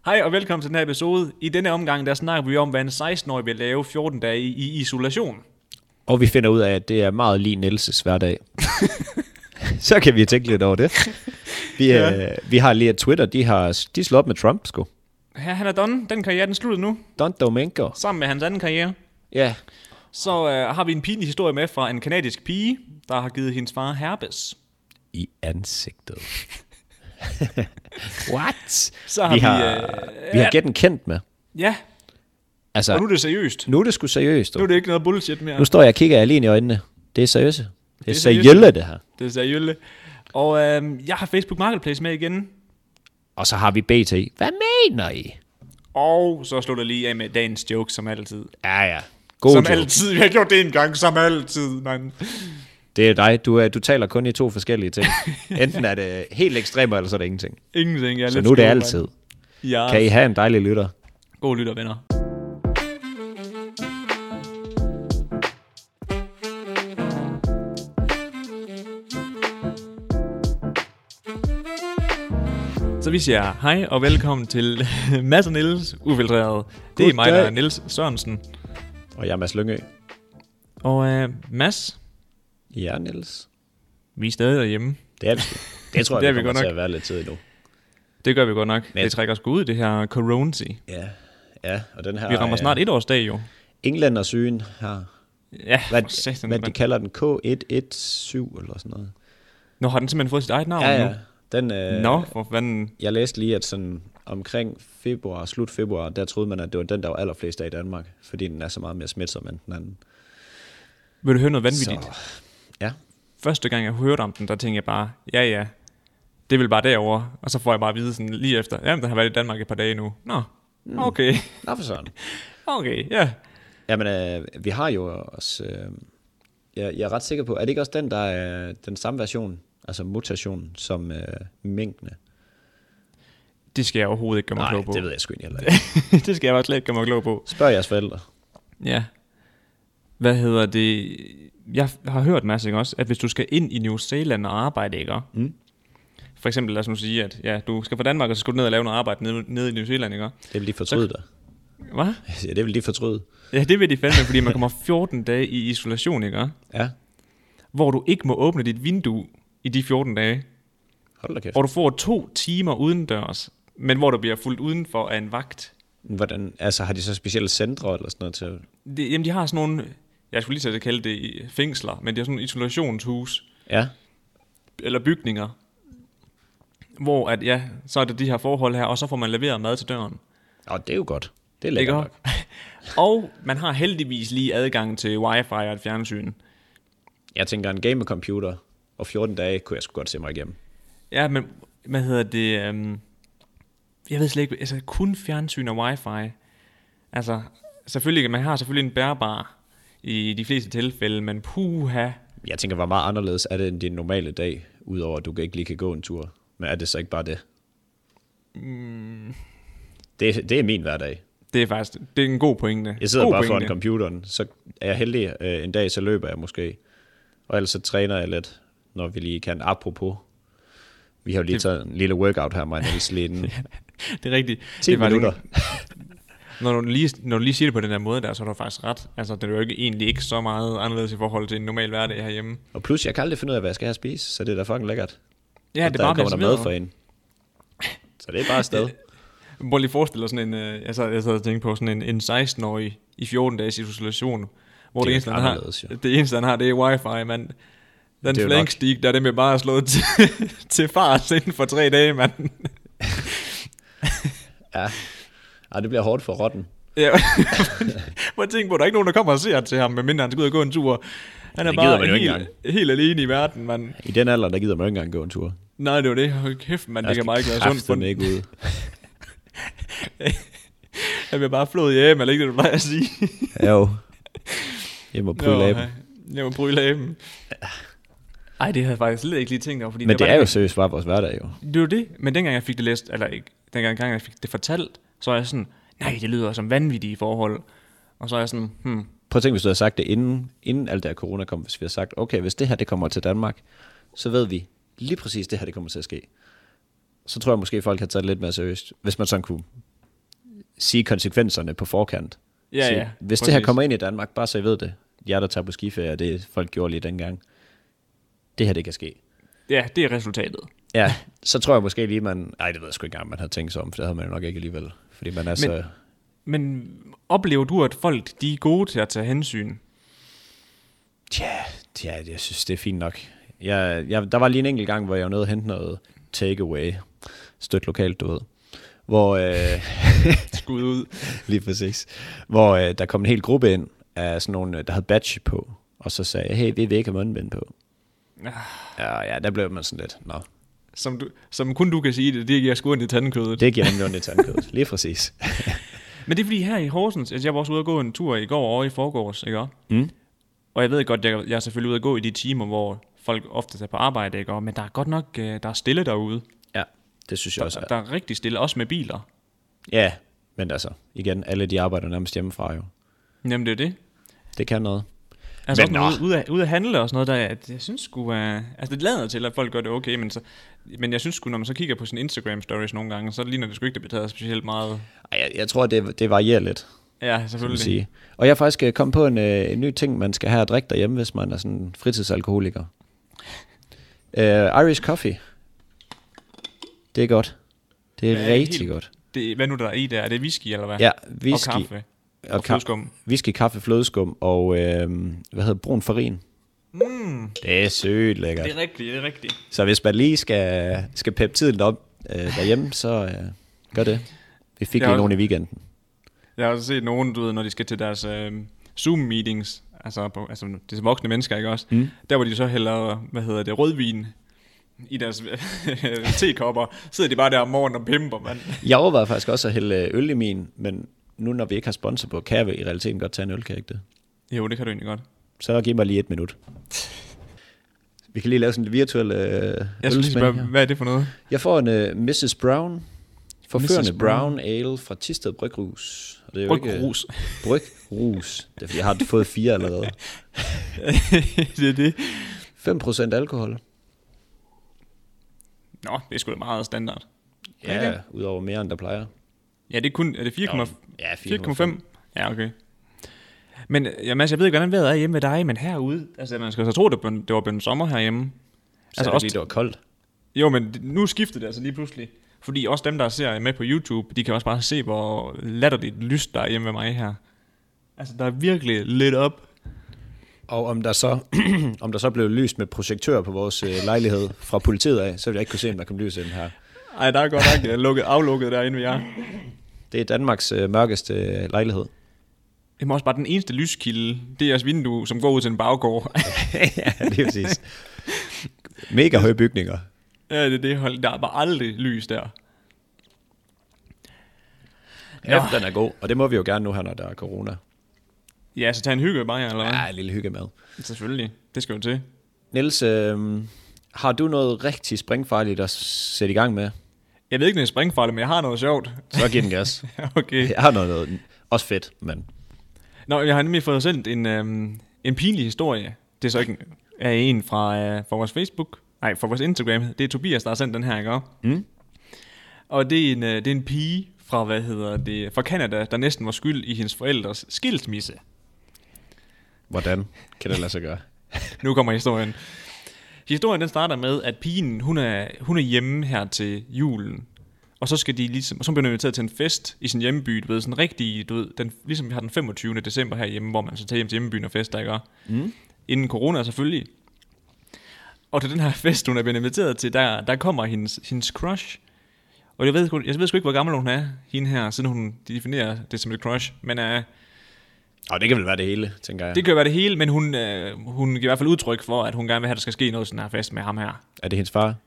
Hej og velkommen til den her episode. I denne omgang, der snakker vi om, hvad en 16-årig vil lave 14 dage i isolation. Og vi finder ud af, at det er meget lige Niels' hverdag. Så kan vi tænke lidt over det. Vi har lige Twitter, de slår op med Trump, sgu. Ja, han er done. Den karriere, den slutter nu. Don Domingo. Sammen med hans anden karriere. Ja. Så har vi en pinlig historie med fra en kanadisk pige, der har givet hendes far herpes. I ansigtet. What? Så har vi har Get den kendt med. Ja. Altså, og nu er det seriøst. Nu er det sgu seriøst. Nu er det ikke noget bullshit mere. Nu står jeg og kigger alene i øjnene. Det er seriøst. Det er seriølle, det her. Det er seriølle. Og jeg har Facebook Marketplace med igen. Og så har vi BT. Hvad mener I? Og så slår der lige af med dagens joke, som altid. Ja. God som joke. Altid. Vi har gjort det en gang, som altid, man. Det er dig. Du taler kun i to forskellige ting. Enten er det helt ekstremt, eller så er det ingenting. Ingenting. Så nu er det altid. Ja. Kan I have en dejlig lytter? God lytter, venner. Så vi siger hej og velkommen til Mads og Niels Ufiltreret. Det er mig, der er Niels Sørensen. Og jeg er Mads Lyngø. Og Mads? Ja, Niels. Vi er stadig derhjemme. Det er vi. Det tror jeg, vi kommer til at være lidt tid endnu. Det gør vi godt nok. Men det trækker os ud, det her coronasi. Ja, og den her... Vi rammer snart 1-årsdag jo. England og Syden har... Ja, hvad de kalder den? K117 eller sådan noget. Nå, har den simpelthen fået sit eget navn nu? Ja. Den, for fanden. Jeg læste lige, at sådan omkring slut februar, der troede man, at det var den, der var allerflest af i Danmark, fordi den er så meget mere smitsom end den anden. Vil du høre noget vanvittigt? Så, ja. Første gang jeg hørte om den, der tænkte jeg bare, ja, det er vel bare derovre. Og så får jeg bare at vide sådan lige efter, jamen den har været i Danmark et par dage nu. Nå, okay. Nå for sådan. Okay, ja. Jamen, vi har jo også, jeg er ret sikker på, er det ikke også den, der er den samme version, altså mutation som minkene? Det skal jeg overhovedet ikke gøre mig klog på. Nej, det ved jeg sgu ikke heller ikke. Det skal jeg bare slet ikke gøre mig klog på. Spørg jeres forældre. Ja. Hvad hedder det? Jeg har hørt, Mads, ikke også, at hvis du skal ind i New Zealand og arbejde, ikke? For eksempel, lad os nu sige, at ja, du skal fra Danmark, og så skal du ned og lave noget arbejde nede i New Zealand, ikke? Det vil de fortryde dig. Hvad? Ja, det vil de fortryde. Ja, det vil de fandme, fordi man kommer 14 dage i isolation, ikke? Ja. Hvor du ikke må åbne dit vindue i de 14 dage. Hold da kæft. Hvor du får 2 timer udendørs, men hvor du bliver fuldt udenfor af en vagt. Hvordan, altså har de så specielle centre eller sådan noget til? Jamen, de har sådan nogle, jeg skulle lige så kalde det fængsler, men det er sådan nogle isolationshus. Ja. Eller bygninger. Hvor at, ja, så er det de her forhold her, og så får man leveret mad til døren. Det er jo godt. Det er lækkert nok. Og man har heldigvis lige adgang til wifi og et fjernsyn. Jeg tænker, en gamer-computer og 14 dage kunne jeg sgu godt se mig igennem. Ja, men hvad hedder det? Jeg ved slet ikke, altså kun fjernsyn og wifi. Altså, selvfølgelig, man har selvfølgelig en bærbar i de fleste tilfælde, men puha. Jeg tænker, hvor meget anderledes er det end din normale dag, udover at du ikke lige kan gå en tur. Men er det så ikke bare det? Det er min hverdag. Det er faktisk, det er en god pointe. Jeg sidder bare foran computeren, så er jeg heldig en dag, så løber jeg måske. Og ellers så træner jeg lidt, når vi lige kan. Apropos, vi har jo lige taget en lille workout her, mig Niels Leden. Det er rigtigt. 10 minutter. Når du lige siger det på den der måde der, så er du faktisk ret. Altså, det er jo egentlig ikke så meget anderledes i forhold til en normal hverdag herhjemme. Og plus, jeg kan aldrig finde ud af, hvad jeg skal have at spise, så det er da fucking lækkert. Ja, det er bare kommer der mad for en. Så det er bare afsted. Prøv lige at forestille dig sådan en, jeg sad og tænkte på sådan en 16-årig i 14 dages isolation, hvor det eneste, han har, det er wifi, mand. Den flankstig, der er det med bare at slå til fars inden for 3 dage, mand. Ja, det bliver hårdt for rotten. Ja, hvor jeg tænker på, der er ikke nogen, der kommer og ser til ham, medmindre han skal ud og gå en tur. Han er bare helt alene i verden, mand. I den alder, der gider man ikke engang gå en tur. Nej, det var det. Hold kæft, man. Det kan meget ikke være sundt for den. Ikke ud. Jeg bliver bare flået hjem, eller ikke det, du plejer at sige? Jo. Jeg må bryde læben. Jeg må bryde læben. Ej, det havde jeg faktisk slet ikke lige tænkt over. Fordi men det er jo seriøst bare vores hverdag, jo. Det er jo det. Men dengang jeg fik det læst, eller ikke, dengang jeg fik det fortalt, så er jeg sådan, nej, det lyder som vanvittige forhold. Og så er jeg sådan, Prøv at tænke, hvis du havde sagt det inden alt det her corona kom, hvis vi havde sagt, okay, hvis det her det kommer til Danmark, så ved vi lige præcis det her det kommer til at ske. Så tror jeg måske, folk har taget det lidt mere seriøst, hvis man sådan kunne sige konsekvenserne på forkant. Ja, hvis det her kommer ind i Danmark, bare så I ved det, jer der tager på skiferie, det folk gjorde lige dengang, det her det kan ske. Ja, det er resultatet. Ja, så tror jeg måske lige, nej, det ved jeg sgu ikke engang, man havde tænkt sig om, for det havde man jo nok ikke alligevel, fordi man er så... Men oplever du, at folk, de er gode til at tage hensyn? Ja, jeg synes, det er fint nok. Der var lige en enkelt gang, hvor jeg var nødt at hente noget takeaway, støt lokalt, du ved, hvor... Skud ud. Lige præcis. Hvor der kom en hel gruppe ind af sådan nogle, der havde badge på, og så sagde jeg, hey, vi vil ikke have mundbind på. Ja, der blev man sådan lidt, nå. Som kun du kan sige det giver sgu ondt i tandkødet. Det giver nemlig ondt i tandkødet, lige præcis. Men det er fordi her i Horsens, altså jeg var også ude at gå en tur i går og i forgårs, ikke? Og jeg ved godt, jeg er selvfølgelig ude at gå i de timer, hvor folk ofte er på arbejde, ikke? Men der er godt nok, der er stille derude. Ja, det synes jeg også. Der er rigtig stille, også med biler. Ja, men altså, igen, alle de arbejder nærmest hjemmefra jo. Jamen det er det. Det kan noget. Altså men også ude at handle og sådan noget, der, jeg synes sgu, altså det lader til, at folk gør det okay, men jeg synes sgu, når man så kigger på sin Instagram stories nogle gange, så ligner det sgu ikke, det betager specielt meget. Jeg tror, det varierer lidt. Ja, selvfølgelig. Sige. Og jeg er faktisk kommet på en ny ting, man skal have at drikke derhjemme, hvis man er sådan fritidsalkoholiker. Irish coffee. Det er godt. Det er rigtig godt. Hvad nu der er i der? Er det whisky eller hvad? Ja, whisky. Og kaffe. Og flødeskum. Whisky, kaffe, flødeskum og brun farin. Det er sygt lækkert. Det er rigtigt. Så hvis man lige skal peppe tiden op derhjemme, så gør det. Vi fik lige nogen i weekenden. Jeg har også set nogen, du ved, når de skal til deres Zoom-meetings, altså det er voksne mennesker, ikke også? Der hvor de så hælder, rødvin i deres tekopper, sidder de bare der om morgenen og pimper, mand. Jeg overvejede faktisk også at hælde øl i min, men nu når vi ikke har sponsor på, kan jeg i realiteten godt tage en øl, kan jeg ikke det? Jo, det kan du egentlig godt. Så giv mig lige 1 minut. Vi kan lige lave sådan en virtuel jeg skulle lige spørge, hvad er det for noget? Jeg får en Mrs. Brown, forførende Brown Ale fra Thisted Bryghus. Bryghus. Bryghus. Det er fordi, jeg har fået 4 allerede. Det er det. 5% alkohol. Nå, det er sgu da meget standard. Ja, udover mere end der plejer. Ja, det er 4,5? Ja, 4,5. Ja, okay. Men Mads, jeg ved ikke, hvordan vejret er hjemme ved dig, men herude, altså man skal så tro, det var blevet sommer herhjemme. Så altså, det var koldt. Jo, men nu skiftede det altså lige pludselig. Fordi også dem, der ser med på YouTube, de kan også bare se, hvor latterligt lyst der er hjemme ved mig her. Altså, der er virkelig lidt op. Og om der så blev lyst med projektør på vores lejlighed fra politiet af, så ville jeg ikke kunne se, om der kom lys ind her. Ej, der er godt nok aflukket derinde ved jer. Det er Danmarks mørkeste lejlighed. Det er også bare den eneste lyskilde. Det er jeres vindue, som går ud til en baggård. Ja, det er præcis. Mega høje bygninger. Ja, det er det. Der er bare aldrig lys der. Ja, den er god. Og det må vi jo gerne nu her, når der er corona. Ja, så tag en hygge bare, eller hvad? Ja, en lille hygge med. Selvfølgelig. Det skal jo til. Niels, har du noget rigtig springfarligt at sætte i gang med? Jeg ved ikke, det er springfarligt, men jeg har noget sjovt. Så giv den gas. Okay. Jeg har noget også fedt, men... Nå, jeg har nemlig fået sendt en pinlig historie. Det er så ikke en fra vores Facebook. Nej, fra vores Instagram. Det er Tobias, der har sendt den her, ikke? Og det er en pige fra, fra Canada, der næsten var skyld i hendes forældres skilsmisse. Hvordan kan det lade sig gøre? Nu kommer historien. Historien den starter med, at pigen, hun er hjemme her til julen. Og så skal de ligesom, og så bliver hun inviteret til en fest i sin hjemmeby, du ved, sådan rigtig, du ved, ligesom vi har den 25. december herhjemme, hvor man så tager hjem til hjemmebyen og fester, ikke? Inden corona selvfølgelig. Og til den her fest, hun er blevet inviteret til, der kommer hendes crush. Og jeg ved sgu ikke, hvor gammel hun er, hende her, siden hun definerer det som et crush. Men det kan vel være det hele, tænker jeg. Det kan være det hele, men hun giver i hvert fald udtryk for, at hun gerne vil have, at der skal ske noget sådan her fest med ham her. Er det hendes far?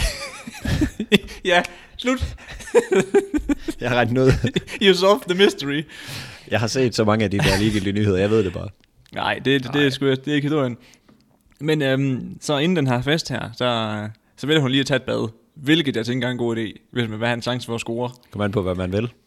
Ja, slut. Jeg har regnet noget. You solved the mystery. Jeg har set så mange af de der ligegyldige nyheder, jeg ved det bare. Nej, det er ikke historien. Men så inden den her fest her, så vælger hun lige at tage et bad. Hvilket jeg tænker er en god idé, hvis man vil have en chance for at score. Kom an på, hvad man vil.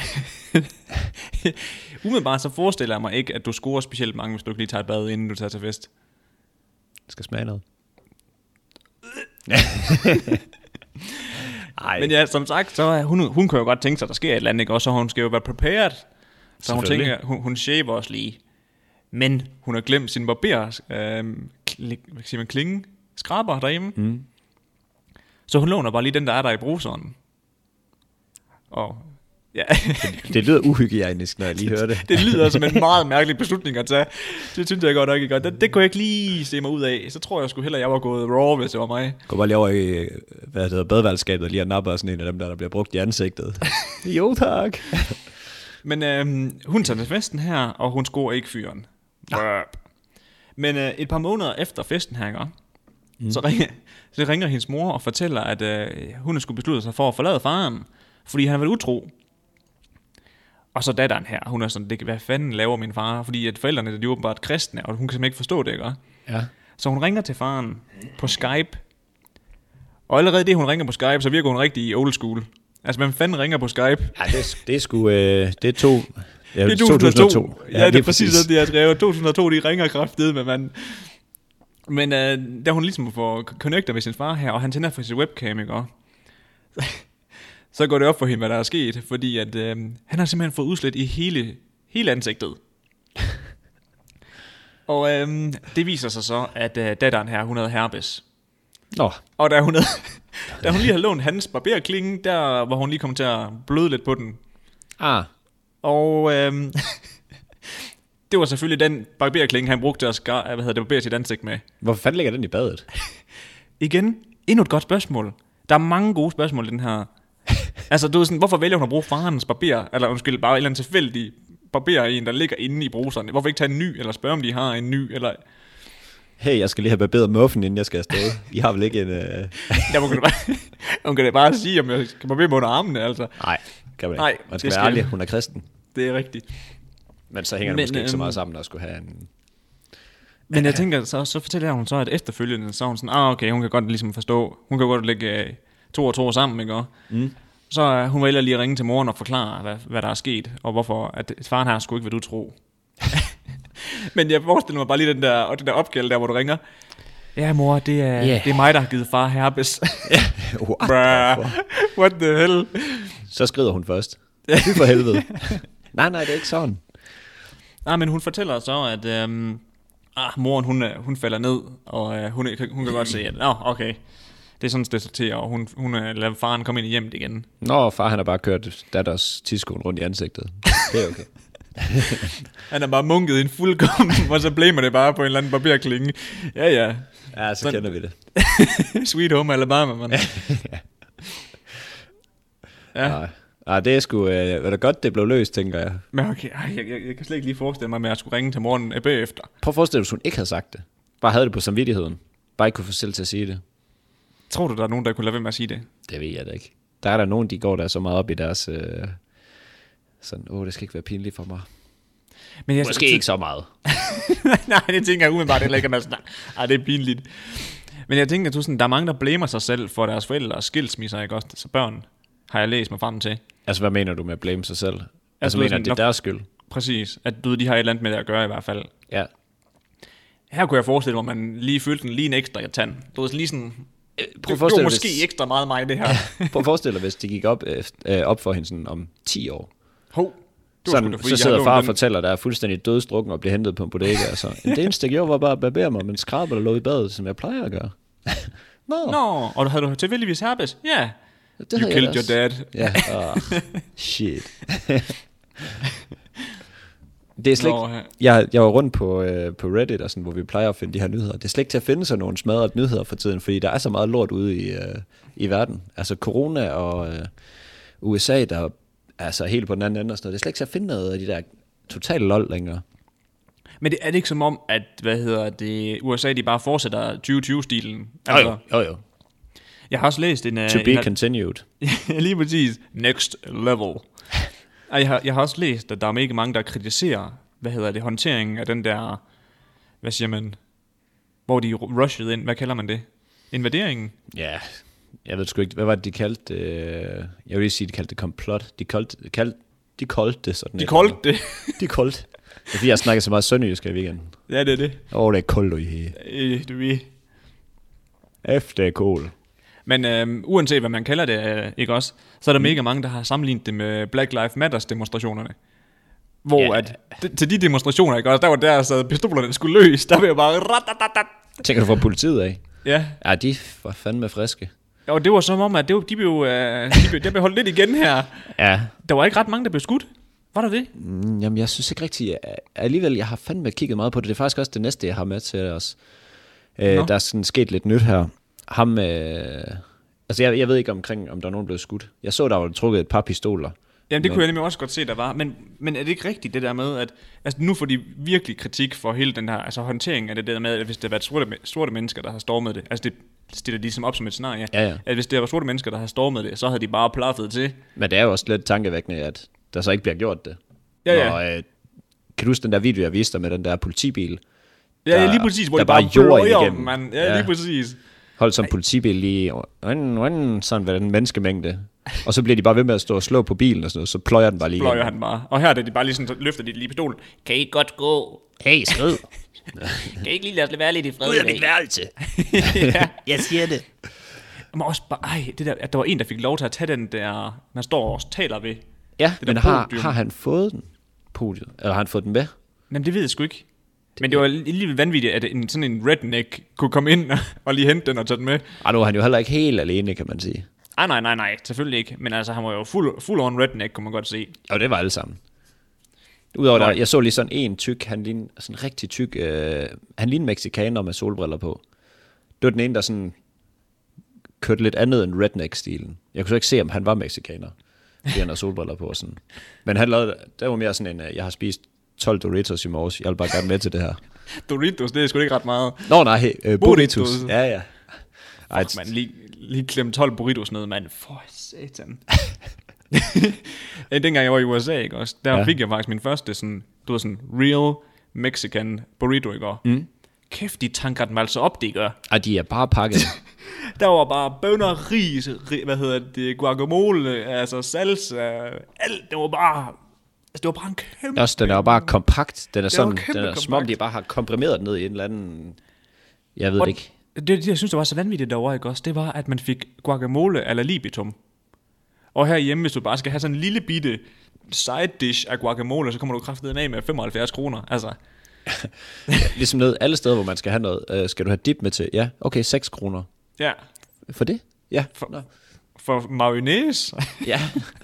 Umiddelbart så forestiller jeg mig ikke, at du scorer specielt mange, hvis du ikke lige tager et bad, inden du tager til fest. Det skal smage noget. Men ja, som sagt, så hun kan jo godt tænke sig, at der sker et eller andet, ikke? Og så hun skal jo være prepared. Så hun tænker, hun shaver os lige. Men hun har glemt sin barber, klinge, skraber derhjemme. Så hun låner bare lige den, der er der i bruseren. Og ja. Det lyder uhygienisk, når jeg lige hører det. Det lyder som en meget mærkelig beslutning at tage. Det synes jeg godt nok ikke godt. Det kunne jeg ikke lige se mig ud af. Så tror jeg sgu hellere, jeg var gået raw, hvis det var mig. Gå bare lige over i badeværelseskabet og lige at nappe sådan en af dem, der bliver brugt i ansigtet. Jo, tak. Men hun tager til festen her, og hun scorer ikke fyren. Men et par måneder efter festen her, så ringer hendes mor og fortæller, at hun skulle beslutte sig for at forlade faren, fordi han har været utro. Og så datteren her, hun er sådan, hvad fanden laver min far? Fordi at forældrene, de er åbenbart kristne, og hun kan simpelthen ikke forstå det, ikke? Ja. Så hun ringer til faren på Skype. Og allerede det, hun ringer på Skype, så virker hun rigtig old school. Altså, hvem fanden ringer på Skype? Ja, det er sgu... det er 2002. Ja, det er præcis det, jeg skrev. 2002, de ringer kraftigt med mand. Men da hun ligesom får connecter med sin far her, og han tænder for sit webcam, ikke? Så går det op for hende, hvad der er sket, fordi at han har simpelthen fået udslæt i hele ansigtet. Og det viser sig så, at datteren her, hun havde herpes. Og da hun lige havde lånt hans barberklinge, der var hun lige kommet til at bløde lidt på den. Og det var selvfølgelig den barberklinge, han brugte til at barbere sit ansigt med. Hvorfor fanden ligger den i badet? Igen, endnu et godt spørgsmål. Der er mange gode spørgsmål i den her. Altså, du er sådan, hvorfor vælger hun at bruge farens barber, eller undskyld, bare en eller anden tilfældig barber en, der ligger inde i bruseren? Hvorfor ikke tage en ny, eller spørge, om de har en ny, eller... Hey, jeg skal lige have barberet muffen, inden jeg skal afsted. I har vel ikke en... Ja, hun kan da bare sige, om jeg skal barbere mig under armene, altså. Nej, kan man ikke. Nej, man skal være ærlig, hun er kristen. Det er rigtigt. Men så hænger det måske ikke så meget sammen, at skulle have en... Men jeg tænker, så fortæller hun så, at efterfølgende, så er hun sådan, okay, hun kan godt ligesom forstå, hun kan godt lægge 2 og 2 sammen, ikke? Så hun vælger lige at ringe til moren og forklare, hvad der er sket, og hvorfor at faren her skulle ikke være utro. Men jeg forestiller mig bare lige den der opgave der, hvor du ringer. Ja, mor, det er mig, der har givet far herpes. What the hell? Så skrider hun først. Fy for helvede. Nej, det er ikke sådan. Nej, men hun fortæller så, at moren, hun falder ned, og hun kan godt se, at okay, det er sådan, det sorterer, og hun lader faren komme ind i hjemmet igen. Far han har bare kørt datters tidskoen rundt i ansigtet. Det er okay. Han er bare munket i en fuldkommen, og så blamer det bare på en eller anden barberklinge. Ja, så kender vi det. Sweet Home Alabama, man. Ja, det er sgu da godt, det blev løst, tænker jeg. Men okay, jeg kan slet ikke lige forestille mig, at jeg skulle ringe til morgen bagefter. Prøv at forestille dig, hvis hun ikke havde sagt det. Bare havde det på samvittigheden. Bare ikke kunne få selv til at sige det. Tror du, der er nogen, der kunne lade være med at sige det? Det ved jeg da ikke. Der er der nogen, de går der så meget op i deres... sådan, det skal ikke være pinligt for mig. Men måske ikke så meget. Nej, det tænker jeg umiddelbart heller ikke, at det er pinligt. Men jeg tænker, at der er mange, der blamer sig selv for deres forældre og skilsmisser, ikke også? Så børn har jeg læst mig frem til. Altså, hvad mener du med at blame sig selv? Altså, mener det er deres skyld? Præcis, at de har et eller andet med det at gøre i hvert fald. Ja. Her kunne jeg forestille mig, at man lige følte lige en ekstra tand. Du var lige sådan... Det var måske ekstra meget mig, det her. Prøv at forestille dig, hvis det gik op for hende sådan om 10 år. Sådan, så sidder far og fortæller, der er fuldstændig dødsdrukken og bliver hentet på en bodega. Altså. Det eneste, jeg gjorde, var bare at barbere mig, men skraber der lå i badet, som jeg plejer at gøre. Og havde du tilfældigvis herpes? Ja. You killed your dad. Ja, shit. Det er slet ikke, jeg var rundt på Reddit, og sådan, hvor vi plejer at finde de her nyheder. Det er slet ikke til at finde sådan nogle smadrede nyheder for tiden, fordi der er så meget lort ude i verden. Altså corona og USA, der altså helt på den anden ende og sådan noget. Det er slet ikke til at finde noget af de der totale lol længere. Men det er det ikke som om, at USA, de bare fortsætter 2020-stilen? Altså, jo. Jeg har også læst en... To be continued. Lige præcis. Next level. Jeg har også læst, at der er mega mange, der kritiserer, håndteringen af den der, hvad siger man, hvor de rushede ind, hvad kalder man det? Invaderingen? Ja, jeg ved sgu ikke, hvad var det, de kaldte jeg vil lige sige, de kaldte det komplot. De kaldte det sådan. De kaldte det? De kaldte. Det er fordi, jeg snakker så meget sønderjysk i weekenden. Ja, det er det. Det er koldt i her. Du ved. Efter cool. Men uanset hvad man kalder det, ikke også, så er der mega mange, der har sammenlignet det med Black Lives Matters demonstrationerne. Hvor at til de demonstrationer, ikke også, der var der så pistolerne skulle løs, der var jo bare... Tænker du fra politiet af? Ja. Ja, de var fandme friske. Ja, og det var som om, at de blev holdt lidt igen her. Ja. Der var ikke ret mange, der blev skudt. Var der det? Jamen, jeg synes ikke rigtigt. Alligevel, jeg har fandme kigget meget på det. Det er faktisk også det næste, jeg har med til os. Der er sådan sket lidt nyt her. Ham, altså jeg ved ikke om der er nogen, der blev skudt. Jeg så, der var trukket et par pistoler. Jamen, det kunne jeg nemlig også godt se, der var. Men er det ikke rigtigt, det der med, at altså, nu får de virkelig kritik for hele den her altså, håndtering af det der med, at hvis det har været sorte mennesker, der har stormet det, altså det stiller de ligesom op som et scenarie, at hvis det var sorte mennesker, der har stormet det, så havde de bare plaffet til. Men det er jo også lidt tankevækkende, at der så ikke bliver gjort det. Ja. Og, kan du huske den der video, jeg viste dig med den der politibil? Ja, lige præcis, hvor der de bare jord igennem. Man. Ja, lige præcis. Holdt sådan en politibil lige, sådan ved den menneskemængde. Og så bliver de bare ved med at stå og slå på bilen og sådan noget, så pløjer den bare lige. Pløjer han bare. Og her er det de bare lige sådan, løfter de lige pistolen. Kan I godt gå? Hey, skrid. Kan I ikke lige lade os være lidt i fred? Ud af mit værelse. Ja. Jeg siger det. Men også bare, det der, at der var en, der fik lov til at tage den der, man står og taler ved. Ja, men har han fået den podiet? Eller har han fået den med? Jamen det ved jeg sgu ikke. Men det var alligevel vanvittigt, at sådan en redneck kunne komme ind og lige hente den og tage den med. Nu er han jo heller ikke helt alene, kan man sige. Nej, selvfølgelig ikke. Men altså, han var jo full on redneck, kunne man godt se. Og det var alle sammen. Udover der, jeg så lige sådan en tyk, han lignede sådan rigtig tyk, han lignede mexikaner med solbriller på. Det var den ene, der sådan kørte lidt andet end redneck-stilen. Jeg kunne så ikke se, om han var mexikaner, fordi han havde solbriller på og sådan. Men han lavede, det var mere sådan en, jeg har spist 12 Doritos i morges, jeg vil bare gerne med til det her. Doritos, det er sgu ikke ret meget. Nå nej, burritos. Ja. Fuck, man, lige klemme 12 burritos ned, mand. For satan. Dengang jeg var i USA, ikke også, der fik jeg faktisk min første sådan, du ved sådan, real Mexican burrito, ikke også? Kæft, de tanker den altså op, de gør. De er bare pakket. Der var bare bønner, ris, guacamole, altså salsa, alt, det var bare... Altså, det var bare en kæmpe... Også, den er jo bare kompakt. Den er sådan, den er som om de bare har komprimeret den ned i en eller anden... Jeg ved det ikke. Det, jeg synes, der var så vanvittigt derovre, ikke også? Det var, at man fik guacamole eller libitum. Og herhjemme, hvis du bare skal have sådan en lille bitte side dish af guacamole, så kommer du kraftedeme af med 75 kroner. Altså. Ligesom noget, alle steder, hvor man skal have noget. Skal du have dip med til? Ja, okay, 6 kroner. Ja. For det? Ja. For mayonnaise? Ja.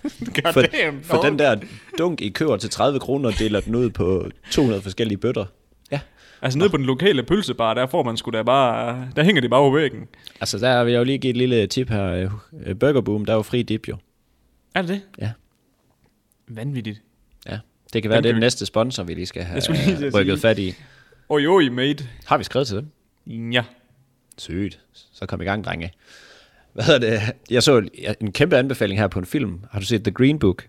for den der dunk i køber til 30 kroner, deler den ud på 200 forskellige bøtter. Ja. Altså nede på den lokale pølsebar, der får man sgu da bare... Der hænger de bare på væggen. Altså der vil jeg jo lige give et lille tip her. Burger Boom, der er jo fri dip jo. Er det det? Ja. Vanvittigt. Ja. Det kan være, det er den næste sponsor, vi lige skal have rykket fat i. Oj, mate. Har vi skrevet til dem? Ja. Sygt. Så kom i gang, drenge. Hvad hedder det? Jeg så en kæmpe anbefaling her på en film. Har du set The Green Book?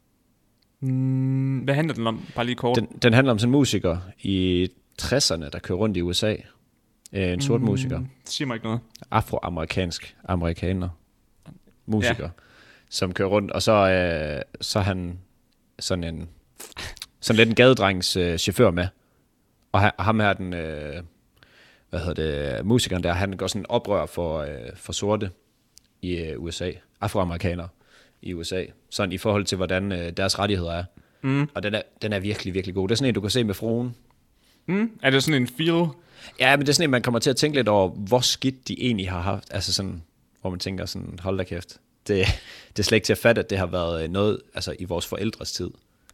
Hvad handler den om? Bare lige kort. Den handler om sådan en musiker i 60'erne, der kører rundt i USA. En sort musiker. Det siger mig ikke noget. Afroamerikansk amerikaner. Musiker. Som kører rundt. Og så er han sådan lidt en gadedrengs chauffør med. Og ham her, den... musikeren der, han går sådan oprør for sorte i USA, afroamerikanere i USA, sådan i forhold til, hvordan deres rettigheder er. Og den er virkelig, virkelig god. Det er sådan en, du kan se med fruen. Er det sådan en feel? Ja, men det er sådan en, man kommer til at tænke lidt over, hvor skidt de egentlig har haft. Altså sådan, hvor man tænker sådan, hold da kæft. Det er slet ikke til at fatte, at det har været noget altså i vores forældres tid.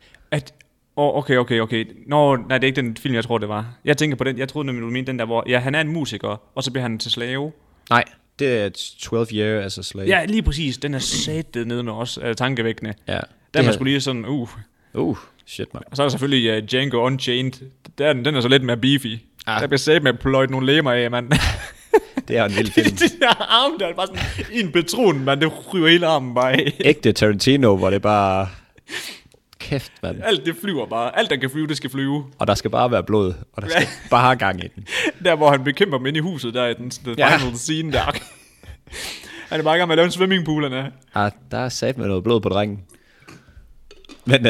Okay. Nå, nej, det er ikke den film, jeg tror, det var. Jeg tænker på den, jeg troede nemlig, du mente den der, hvor han er en musiker, og så bliver han til slave. Nej, det er 12 Years as a Slave. Ja, lige præcis. Den er satet nede med os, tankevækkende. Ja. Der er man skulle lige sådan, shit, man. Og så er der selvfølgelig Django Unchained. Den er så lidt mere beefy. Der bliver sat med at pløjt nogle lemmer af, mand. Det er en vild film. Det der arm, der er bare sådan en patron, man. Det ryger hele armen bare af. Ægte Tarantino, hvor det bare... Kæft, mand. Alt det flyver bare. Alt, der kan flyve, det skal flyve. Og der skal bare være blod, og der skal bare have gang i den. Der, hvor han bekæmper dem inde i huset, der i den final scene der. Han er bare i gang med at lave en swimmingpool, han er. Der er sat med noget blod på drengen. Men...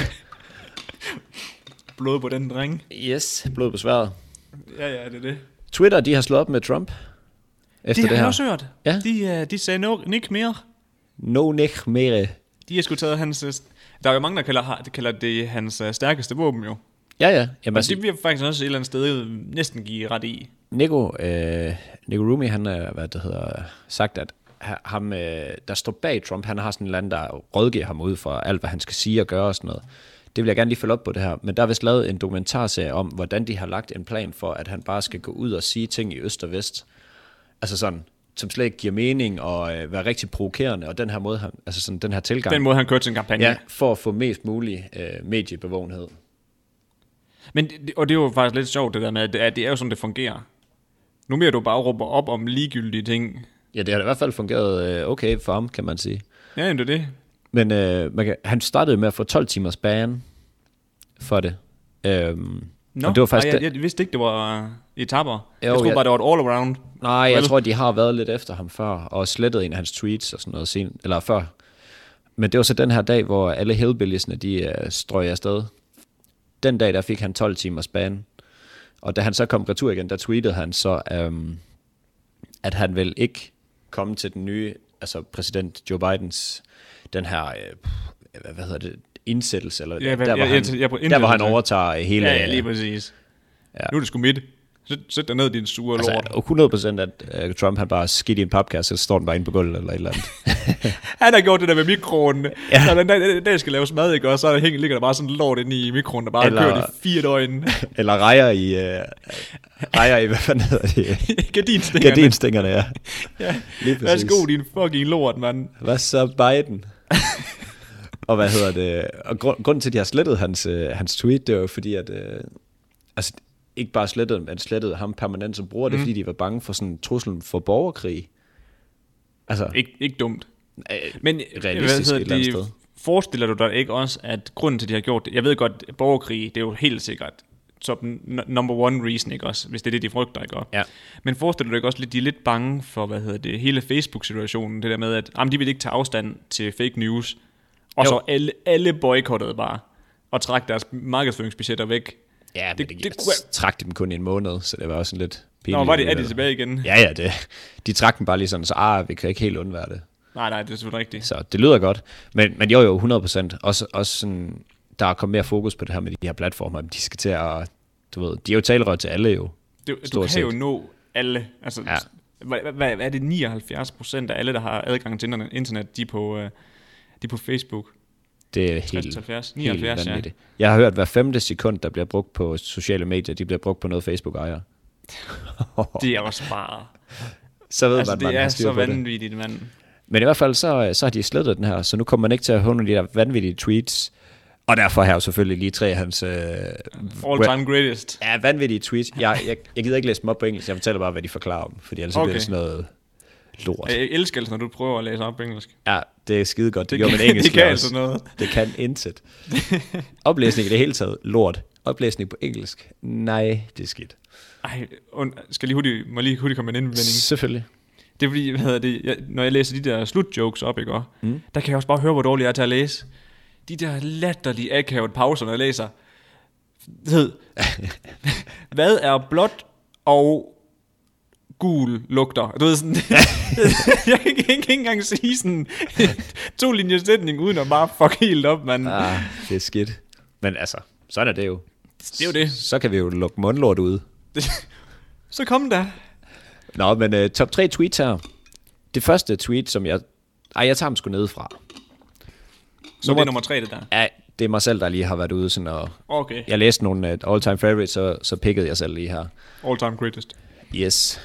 blod på den dreng. Yes, blod på sværet. Ja, det er det. Twitter, de har slået op med Trump. efter det her. Det har jeg også hørt. Ja. De sagde ikke mere. Ikke mere. De har sgu taget hans... Der er jo mange, der kalder det hans stærkeste våben jo. Ja. Jamen, og det vil faktisk også et eller andet sted næsten give ret i. Nico Rumi, han har sagt, at ham, der står bag Trump, han har sådan en eller anden, der rådgiver ham ud for alt, hvad han skal sige og gøre og sådan noget. Det vil jeg gerne lige følge op på det her. Men der er vist lavet en dokumentarserie om, hvordan de har lagt en plan for, at han bare skal gå ud og sige ting i øst og vest. Altså sådan, som slet ikke giver mening og være rigtig provokerende. Og den her måde, den her tilgang. Den måde, han kørte sin kampagne. Ja, for at få mest mulig mediebevågenhed. Men, og det er jo faktisk lidt sjovt det der med, at det er jo sådan, det fungerer. Nu mere du bare råber op om ligegyldige ting. Ja, det har i hvert fald fungeret okay for ham, kan man sige. Ja, det er det. Men han startede med at få 12 timers ban for det. Og det var faktisk jeg vidste ikke, det var etaper. Jeg troede bare, det var et all-around. Nej, jeg tror, de har været lidt efter ham før, og slettet en af hans tweets og sådan noget eller før. Men det var så den her dag, hvor alle hillbilliesne, de strøg afsted. Den dag, der fik han 12 timers ban. Og da han så kom retur igen, der tweetede han så, at han vil ikke komme til den nye, altså præsident Joe Bidens, den her, indsættelse, eller der, hvor han overtager hele... Ja, lige præcis. Ja. Nu er det sgu midt. Sæt dig ned, din sure lort. 100% at Trump han bare skidt i en papkasse, så står den bare inde på gulvet eller et eller andet. Han har gjort det der med mikroen. Ja. Så den dag skal laves mad, ikke? Og så ligger der bare sådan lort inde i mikroen, der bare har kørt i 4 døgn. Eller rejer i, hvad fanden hedder det? Gardinstængerne, ja. Værsgo, din fucking lort, mand. Hvad så Biden? Og hvad hedder det? Og grunden til, at de har slettet hans tweet, det var fordi, at... ikke bare slettet, men slettet ham permanent som bruger det, fordi de var bange for sådan truslen for borgerkrig. Altså, ikke dumt. Men realistisk et eller andet sted. Forestiller du dig ikke også, at grunden til, at de har gjort det, jeg ved godt, borgerkrig, det er jo helt sikkert number one reason, ikke også, hvis det er det, de frygter, ikke også? Ja. Men forestiller du dig ikke også, at de er lidt bange for, hele Facebook-situationen, det der med, at de vil ikke tage afstand til fake news, og så alle boykottede bare, og trak deres markedsføringsbudgetter væk. Ja, men det trak dem kun i en måned, så det var også lidt pinligt. Nå, er de tilbage igen? Ja, de trak dem bare lige sådan, så vi kan ikke helt undvære det. Nej, det er selvfølgelig rigtigt. Så det lyder godt, men jo 100%. Også sådan, der er kommet mere fokus på det her med de her platformer, de skal til at, du ved, de er jo talerør til alle jo. Du kan jo nå alle, altså, hvad er det 79% af alle, der har adgang til internet, de er på Facebook. Det er helt vanvittigt. Ja. Jeg har hørt, at hver 5. sekund, der bliver brugt på sociale medier, de bliver brugt på noget Facebook-ejer. Det er også bare... Så ved man, det er så vanvittigt, mand. Men i hvert fald, så har de slettet den her, så nu kommer man ikke til at høre nogle af de der vanvittige tweets. Og derfor har jeg jo selvfølgelig lige 3 af hans... all-time greatest. Ja, vanvittige tweets. Jeg gider ikke læse dem op på engelsk, jeg fortæller bare, hvad de forklarer om, fordi ellers bliver det sådan noget... lort. Jeg elsker altså, når du prøver at læse op på engelsk. Ja, det er skide godt. Det gjorde man engelsk. Det kan altså noget. Det kan intet. Oplæsning i det hele taget, lort. Oplæsning på engelsk, nej, det er skidt. Selvfølgelig. Det er fordi, når jeg læser de der slutjokes op, ikke? Der kan jeg også bare høre, hvor dårligt jeg er til at læse. De der latterlige akavet pauser, når jeg læser. Hvad er blåt og gul lugter? Du ved sådan, jeg kan ikke engang sige sådan 2 linjer sætning uden at bare fuck helt op, mand. Det er skidt. Men altså, sådan er det jo. Det er jo det. Så kan vi jo lukke mundlort ud. Så kom der. Nå, men top 3 tweets her. Det første tweet, som jeg tager dem sgu nedefra. Så det er nummer 3, det der? Ja, det er mig selv, der lige har været ude sådan og... Okay. Jeg læste nogle all-time favorites, så pickede jeg selv lige her. All-time greatest. Yes.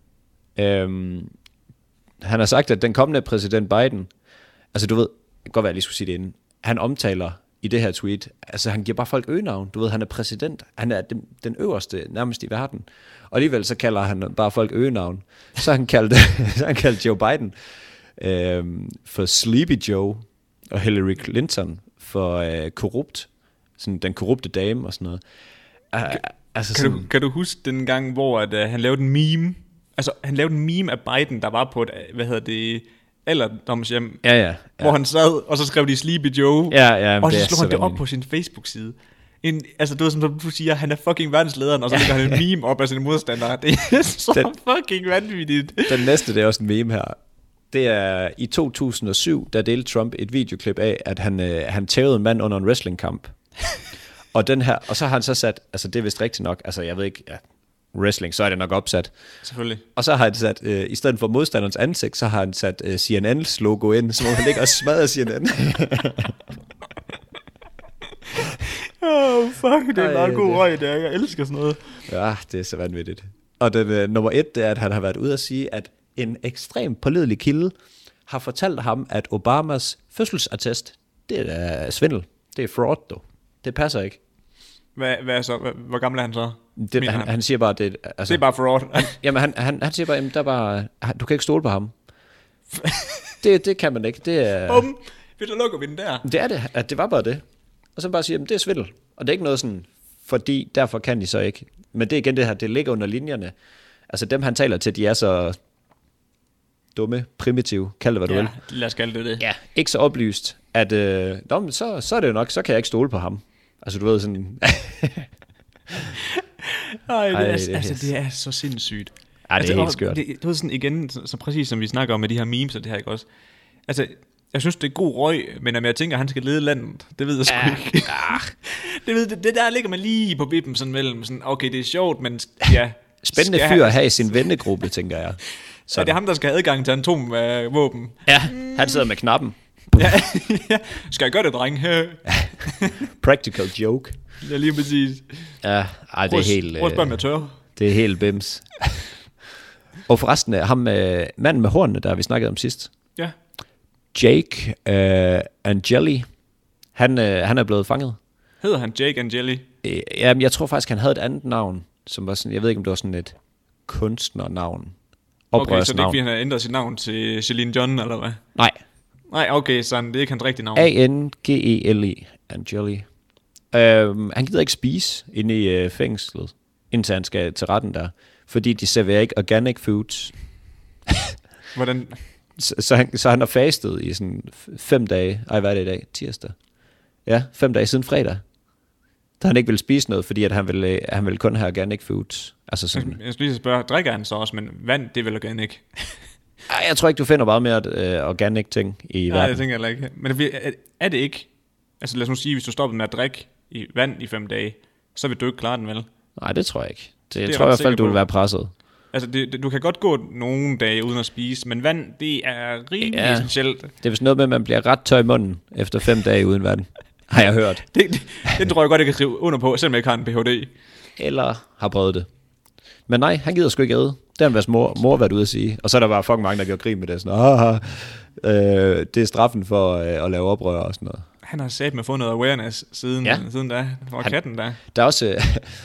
Han har sagt, at den kommende præsident Biden, altså du ved, det kan godt være, at jeg lige skulle sige det inden, han omtaler i det her tweet, altså han giver bare folk øgenavn, du ved, han er præsident, han er den øverste nærmest i verden, og alligevel så kalder han bare folk øgenavn. Så han kaldte Joe Biden for Sleepy Joe, og Hillary Clinton for korrupt, sådan den korrupte dame og sådan noget. Altså kan du huske den gang, hvor at, han lavede en meme? Altså, han lavede en meme af Biden, der var på et, alderdomshjem, ja. Hvor han sad, og så skrev de Sleepy Joe, ja, og så slog han det op på sin Facebook-side. Altså du ved, som du siger, han er fucking verdenslederen, og så ligger han en meme op af sine modstandere. Det er så fucking vanvittigt. Den næste, det er også en meme her. Det er i 2007, der delte Trump et videoklip af, at han tævede en mand under en wrestlingkamp. Og så har han så sat, altså det er vist rigtigt nok, altså jeg ved ikke, wrestling, så er det nok opsat. Selvfølgelig. Og så har han sat, i stedet for modstanderens ansigt, så har han sat CNN's logo ind, så må han ligge og smadre CNN. Fuck, det er meget god røg, det er. Jeg elsker sådan noget. Ja, det er så vanvittigt. Og den nummer 1, det er, at han har været ude at sige, at en ekstremt pålidelig kilde har fortalt ham, at Obamas fødselsattest, det er svindel. Det er fraud, dog. Det passer ikke. Hvad så? Hvor gammel er han så? Han siger bare, det er bare fraud. Jamen, han siger bare, jamen, der er bare, du kan ikke stole på ham. det kan man ikke. Det er... Så lukker vi den der. Det er det. At det var bare det. Og så bare sige, jamen, det er svindel. Og det er ikke noget sådan, fordi derfor kan de så ikke. Men det er igen det her, det ligger under linjerne. Altså dem, han taler til, de er så dumme, primitive, kald det, hvad du vil. Lad os kalde det. Ja, ikke så oplyst, at så er det jo nok, så kan jeg ikke stole på ham. Altså du ved sådan... det er så sindssygt. Ja, det er helt skørt. Det er sådan igen, så præcis som vi snakker om med de her memes og det her, ikke også? Altså, jeg synes, det er god røg, men om jeg tænker, at han skal lede landet, det ved jeg sgu ikke. det der ligger man lige på vippen sådan mellem, sådan, okay, det er sjovt, men ja... Spændende fyr at have i sin vennegruppe, tænker jeg. Så det er ham, der skal have adgang til atomvåben. Ja, han sidder med knappen. Ja. Skal jeg gøre det, dreng? Practical joke. Ja, lige præcis. Ja, det er helt... Prøv at spørge, om jeg tør. Det er helt bims. Og forresten, ham manden med hornene, der vi snakkede om sidst. Ja. Jake Angeli. Han er blevet fanget. Hedder han Jake Angeli? Jamen, jeg tror faktisk, han havde et andet navn, som var sådan, jeg ved ikke, om det var sådan et kunstnernavn. Okay, så det er ikke, fordi han har ændret sit navn til Celine John, eller hvad? Nej, okay, så det er ikke hans rigtige navn. Angeli. Angeli. Han gider ikke spise inde i fængslet, indtil han skal til retten der, fordi de serverer ikke organic foods. Hvordan? Så han har fastet i sådan 5 dage. Hvad er det i dag? Tirsdag. Ja, 5 dage siden fredag. Da han ikke ville spise noget, fordi at han ville kun have organic foods. Altså sådan. Jeg skal lige spørge, drikker han så også, men vand, det er vel organic? Jeg tror ikke, du finder meget mere organic ting i verden. Nej, det tænker jeg ikke. Men er det ikke? Altså lad os nu sige, hvis du stopper med at drikke i vand i 5 dage, så vil du ikke klare den, vel? Nej, det tror jeg ikke. Jeg tror i hvert fald, du vil være presset. Altså, du kan godt gå nogle dage uden at spise, men vand, det er rimelig essentielt. Det er vist noget med, at man bliver ret tør i munden efter 5 dage uden vand. Har jeg hørt. Det tror jeg godt, jeg kan skrive under på, selvom jeg ikke har en Ph.D. Eller har prøvet det. Men nej, han gider sgu ikke æde. Det har hans mor været ude at sige. Og så er der bare fucking mange, der gør grin med det. Sådan, det er straffen for at lave oprør og sådan noget. Han har sat med at få noget awareness siden da. For katten der. Der er også...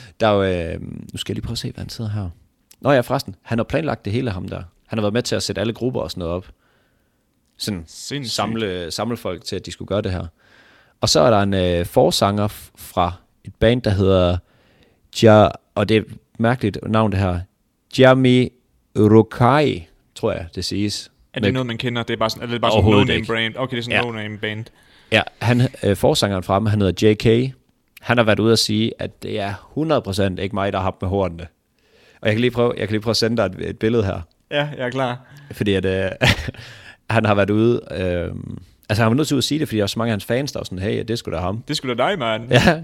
nu skal jeg lige prøve at se, hvad han sidder her. Nå ja, forresten. Han har planlagt det hele ham der. Han har været med til at sætte alle grupper og sådan noget op. Sådan samle folk til, at de skulle gøre det her. Og så er der en forsanger fra et band, der hedder og det er et mærkeligt navn det her, Jamiroquai, tror jeg, det siges. Er det noget, man kender? Det er bare sådan, no-name brand. Okay, det er sådan no-name band. Ja, forsangeren fra ham, han hedder JK. Han har været ude at sige, at det er 100% ikke mig, der har haft med hornene. Og jeg kan lige prøve at sende dig et billede her. Ja, jeg er klar. Fordi at han har været ude... altså han var nødt til at sige det, fordi der er så mange af hans fans, der var sådan, hey, det skulle da ham. Det skulle da dig, mand. Ja.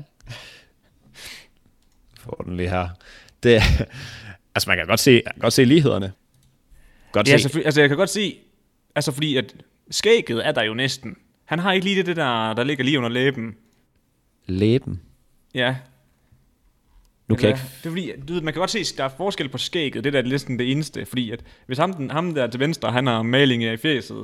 Får den lige her. Det, altså man kan godt se lighederne. Altså jeg kan godt se, altså fordi at skægget er der jo næsten. Han har ikke lige det der ligger lige under læben. Læben? Ja. Nu kan ikke... Det er fordi, du ved, man kan godt se, der er forskel på skægget. Det der er næsten det eneste. Fordi at hvis ham der til venstre, han har maling i fjeset,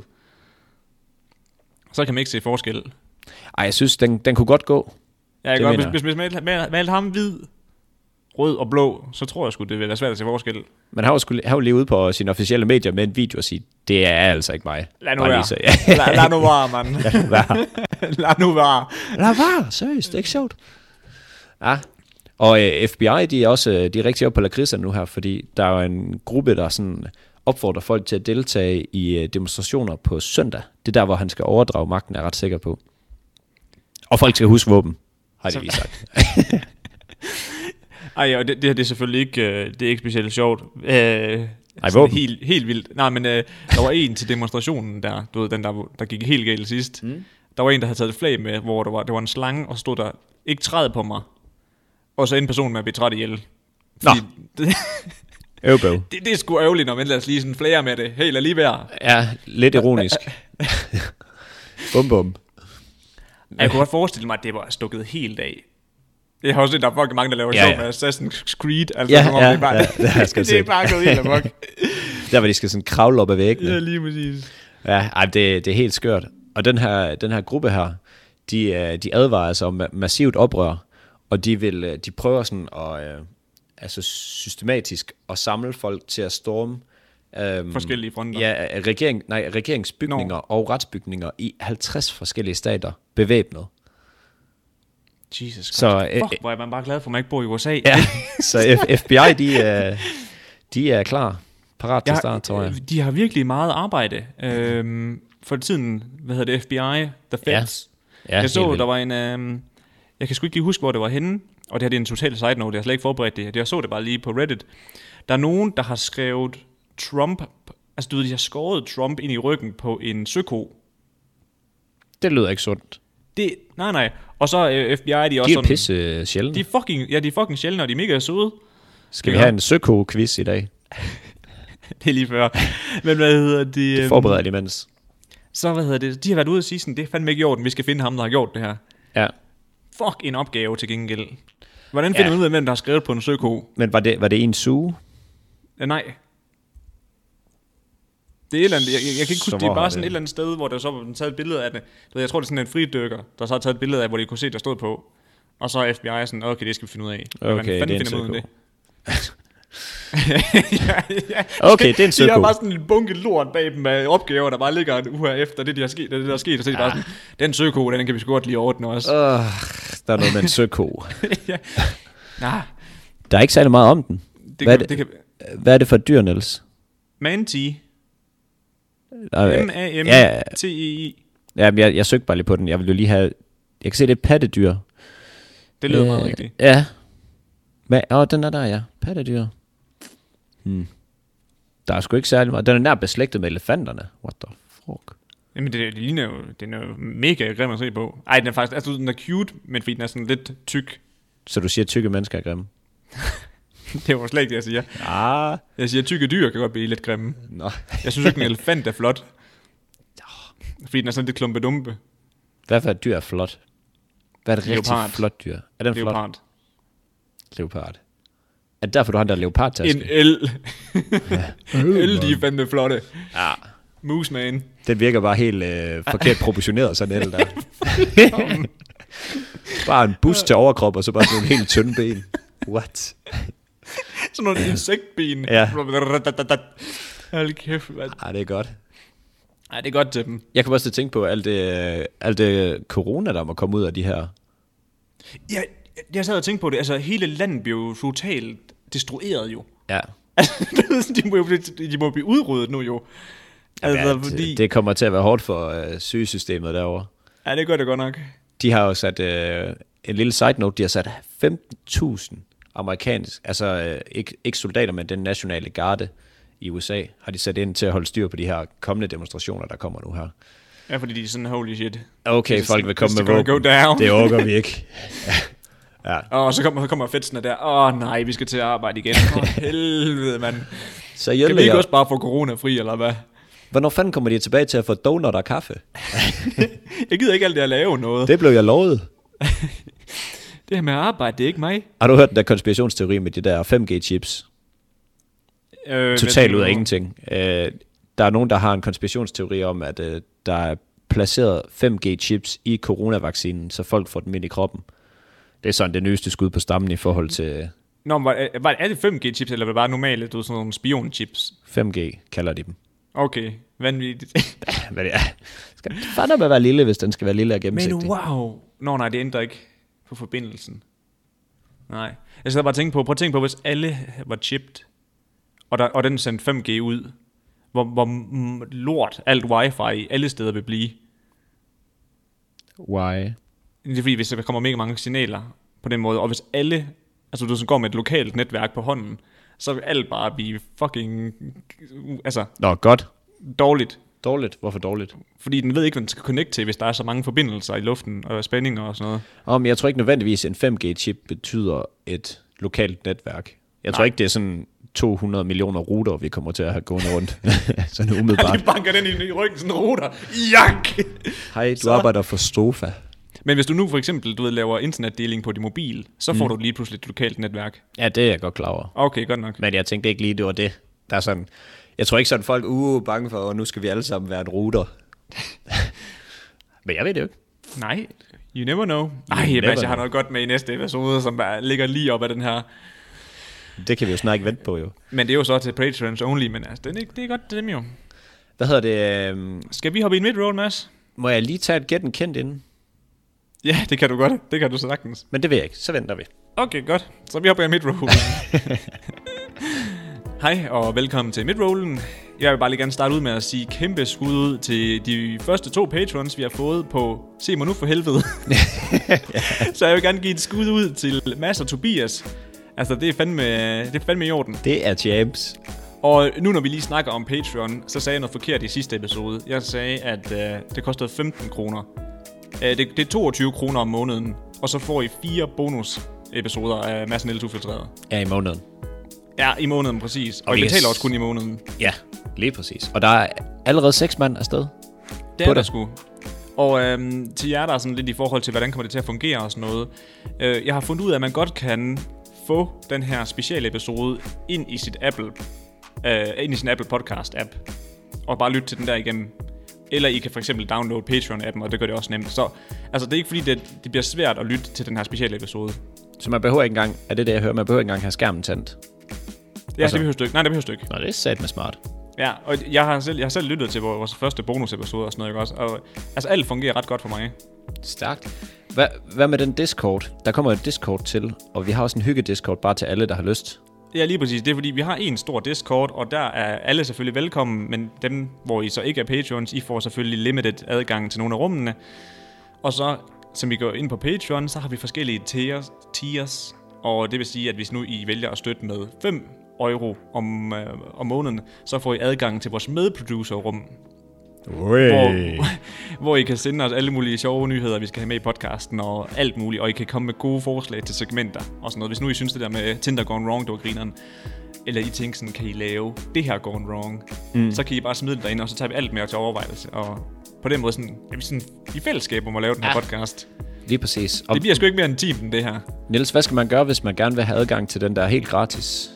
så kan man ikke se forskel. Ej, jeg synes, den kunne godt gå. Ja, jeg godt, hvis man malte ham hvid, rød og blå, så tror jeg sgu, det vil være svært at se forskel. Men han har jo lige ude på sine officielle medier med en video og sige, det er altså ikke mig. Lad nu være. Lad nu være, mand. Lad nu være. Seriøst, det er ikke sjovt. Ja. Og FBI, de er rigtig oppe på lakridserne nu her, fordi der er jo en gruppe, der sådan opfordrer folk til at deltage i demonstrationer på søndag. Det er der, hvor han skal overdrage magten, er jeg ret sikker på. Og folk skal huske våben. har de lige sagt. Ej, og det er selvfølgelig ikke, det er ikke specielt sjovt. Helt vildt. Nej, men der var en til demonstrationen der, du ved, den der gik helt galt sidst. Der var en, der havde taget et flag med, hvor det var en slange, og stod der, ikke træd på mig. Og så en person med at blive træt ihjel. Nå. Det er sgu ærgerligt, når man ellers lige sådan flager med det. Helt alligevel. Ja, lidt ironisk. Bum. Jeg kunne godt forestille mig, at det var stukket helt af. Jeg har også set, der er fucking mange, der laver sjov med Assassin's Creed. Altså, det er bare, det er bare gået helt amok. Der hvor de skal sådan kravle op ad væggene. Ja, lige præcis. Ja, det er helt skørt. Og den her gruppe her, de advarer sig om massivt oprør, og de prøver sådan at altså systematisk at samle folk til at storme forskellige fronter. Ja, regeringsbygninger og retsbygninger i 50 forskellige stater bevæbnet. Jesus Christ. Fuck, hvor er man bare glad for, at man ikke bor i USA. Ja, så FBI, de er klar. Parat til start, tror jeg. De har virkelig meget arbejde. For tiden, FBI, The Feds. Ja, jeg så, der var en... jeg kan sgu ikke lige huske, hvor det var henne. Og det her det er en total side note, jeg har slet ikke forberedt det. Jeg så det bare lige på Reddit. Der er nogen, der har skrevet Trump... Altså, du ved, de har skåret Trump ind i ryggen på en søko. Det lyder ikke sundt. Nej. Og så FBI, de er også sådan... De er pisse sjældne. De er fucking sjældne, og de er mega søde. Skal vi have en søko-quiz i dag? Det er lige før. Men hvad hedder det? Det forbereder de imens. Så de har været ude og sige sådan, det er fandme ikke i orden, vi skal finde ham, der har gjort det her. Ja. Fuck en opgave til gengæld. Hvordan finder man ud af, hvem der har skrevet på en søko? Men var det en suge? Nej. Det er et eller andet, jeg kan ikke huske, det er bare sådan et eller andet sted, hvor der så var taget et billede af det. Jeg tror, det er sådan en fridykker, der så har taget et billede af, hvor de kunne se, der stod på. Og så er FBI sådan, okay, det skal vi finde ud af. Okay, det er en søko. ja. Okay, det er en søko. De har bare sådan en bunke lort bag dem med opgaver, der bare ligger en uge efter det, der er sket. Og så er de bare sådan, den søko, den kan vi sgu godt lige ordne også. Der er noget med en søko. Ja. Nah. Der er ikke særlig meget om den. Hvad er det for et dyr, Niels? Manti. M-A-M-T-E-I. Ja, jeg søgte bare lige på den. Jeg vil jo lige have... Jeg kan se, det er et pattedyr. Det lyder meget rigtigt. Ja. Den er der, ja. Pattedyr. Der er sgu ikke særlig meget. Den er nær beslægtet med elefanterne. What the fuck? Jamen, det ligner jo... Den er jo mega grim at se på. Ej, den er faktisk... Altså, den er cute, men fordi den er sådan lidt tyk. Så du siger, at tykke mennesker er grimme? Det var slet ikke det, jeg siger. Ah. Jeg siger, at tykke dyr kan godt blive lidt grimme. Nå. Jeg synes ikke, en elefant er flot. Fordi den er sådan lidt klumpedumpe. Hvad for et dyr er flot? Hvad er et rigtig flot dyr? Er den flot? Leopard. Er det derfor, du har den der leopardtaske? En el. El, de er fandme flotte. Ja. Moose man. Den virker bare helt forkert proportioneret, sådan en el der. Bare en bus til overkrop, og så bare sådan en helt tynde ben. What? Sådan nogle insektben. Ja. Hold kæft, mand. Det er godt. Ej, det er godt til dem. Jeg kan også tænke på alt det corona, der må komme ud af de her. Ja, jeg sad og tænkte på det. Altså, hele landet bliver jo totalt destrueret jo. Ja. de må blive udryddet nu jo. Altså, ja, det kommer til at være hårdt for sygesystemet derovre. Ja, det gør det godt nok. De har jo sat en lille side note. De har sat 15.000 amerikansk, altså ikke soldater, men den nationale garde i USA, har de sat ind til at holde styr på de her kommende demonstrationer, der kommer nu her. Ja, fordi de er sådan, holy shit. Okay, folk vil komme med våben. Det orker vi ikke. Ja. Og så kommer fedtsene der. Nej, vi skal til at arbejde igen. Helvede, mand. Så kan vi ikke også bare få corona fri, eller hvad? Hvornår fanden kommer de tilbage til at få donut og kaffe? Jeg gider ikke alt det at lave noget. Det blev jeg lovet. Det her med arbejde, det er ikke mig. Har du hørt den der konspirationsteori med de der 5G-chips? Totalt ud af ingenting. Der er nogen, der har en konspirationsteori om, at der er placeret 5G-chips i coronavaccinen, så folk får dem ind i kroppen. Det er sådan det nyeste skud på stammen i forhold til... Nå, er det 5G-chips, eller er det bare normale, du sådan nogle spion-chips? 5G kalder de dem. Okay, vanvittigt. Hvad det er? Skal den fandme være lille, hvis den skal være lille og gennemsigtig? Men wow! Nej, det ændrer ikke på forbindelsen. Nej. Jeg skal bare prøv at tænke på, hvis alle var chipped, og den sendte 5G ud, hvor lort alt wifi alle steder vil blive. Why? Det er fordi, hvis der kommer mega mange signaler på den måde, og hvis alle, altså du så går med et lokalt netværk på hånden, så vil alt bare blive fucking, altså... godt. Dårligt. Dårligt? Hvorfor dårligt? Fordi den ved ikke, hvad den skal connecte til, hvis der er så mange forbindelser i luften og spændinger og sådan noget. Men jeg tror ikke nødvendigvis, en 5G-chip betyder et lokalt netværk. Jeg tror ikke, det er sådan 200 millioner ruter, vi kommer til at have gående rundt. Sådan umiddelbart. Jeg banker den i ryggen, sådan ruter. Jank! Hej, du arbejder for Stofa. Men hvis du nu for eksempel, laver internetdeling på din mobil, så får du lige pludselig et lokalt netværk. Ja, det er jeg godt klar over. Okay, godt nok. Men jeg tænkte ikke lige, det var det. Der er sådan... Jeg tror ikke sådan, folk bange for, og nu skal vi alle sammen være en ruter. Men jeg ved det jo ikke. Nej, you never know. Jeg har noget godt med i næste episode, som bare ligger lige op ad den her. Det kan vi jo snart ikke vente på, jo. Men det er jo så til Patreons only, men altså, det er godt til dem jo. Hvad hedder det? Skal vi hoppe i en midroll, Mads? Må jeg lige tage et gæt en kendt inden? Ja, det kan du godt. Det kan du så sagtens. Men det ved jeg ikke. Så venter vi. Okay, godt. Så vi hopper i en midroll. Hej og velkommen til midrollen. Jeg vil bare lige gerne starte ud med at sige kæmpe skud ud til de første 2 patrons, vi har fået på Se mig nu for helvede. Så jeg vil gerne give et skud ud til Mads og Tobias. Altså, det er fandme i orden. Det er James. Og nu når vi lige snakker om Patreon, så sagde jeg noget forkert i sidste episode. Jeg sagde, at det kostede 15 kroner. Det er 22 kroner om måneden, og så får I 4 bonus-episoder af Mads og Niels Ufiltreret. Ja, i måneden. Ja, i måneden, præcis. Og I betaler også kun i måneden. Ja, lige præcis. Og der er allerede 6 mand afsted. Det er der sgu. Og til jer, der er sådan lidt i forhold til, hvordan kommer det til at fungere og sådan noget. Jeg har fundet ud af, at man godt kan få den her speciale episode ind i sin Apple Podcast app. Og bare lytte til den der igennem. Eller I kan for eksempel downloade Patreon-appen, og det gør det også nemt. Så altså, det er ikke fordi, det bliver svært at lytte til den her speciale episode. Så man behøver ikke engang, er det jeg hører, man behøver ikke engang have skærmen tændt? Ja, altså, det behøver du ikke. Nej, det behøver du ikke. Nå, det er satme smart. Ja, og jeg har selv lyttet til vores første bonusepisode og sådan noget, ikke også? Og altså, alt fungerer ret godt for mig. Stærkt. Hvad med den Discord? Der kommer et Discord til, og vi har også en hygge-Discord bare til alle, der har lyst. Ja, lige præcis. Det er fordi, vi har en stor Discord, og der er alle selvfølgelig velkommen, men dem, hvor I så ikke er Patreons, I får selvfølgelig limited adgang til nogle af rummene. Og så, som vi går ind på Patreon, så har vi forskellige tiers, og det vil sige, at hvis nu I vælger at støtte med 5 euro om måneden, så får I adgang til vores medproducer-rum, hvor I kan sende os alle mulige sjove nyheder, vi skal have med i podcasten og alt muligt, og I kan komme med gode forslag til segmenter og sådan noget. Hvis nu I synes det der med Tinder gone wrong, det var grineren, eller I tænker sådan, kan I lave det her gone wrong, så kan I bare smide det derinde, og så tager vi alt mere til overvejelse, og på den måde sådan, er vi sådan i fællesskab om at lave den her podcast. Lige præcis. Det bliver sgu ikke mere intimt end det her. Niels, hvad skal man gøre, hvis man gerne vil have adgang til den der helt gratis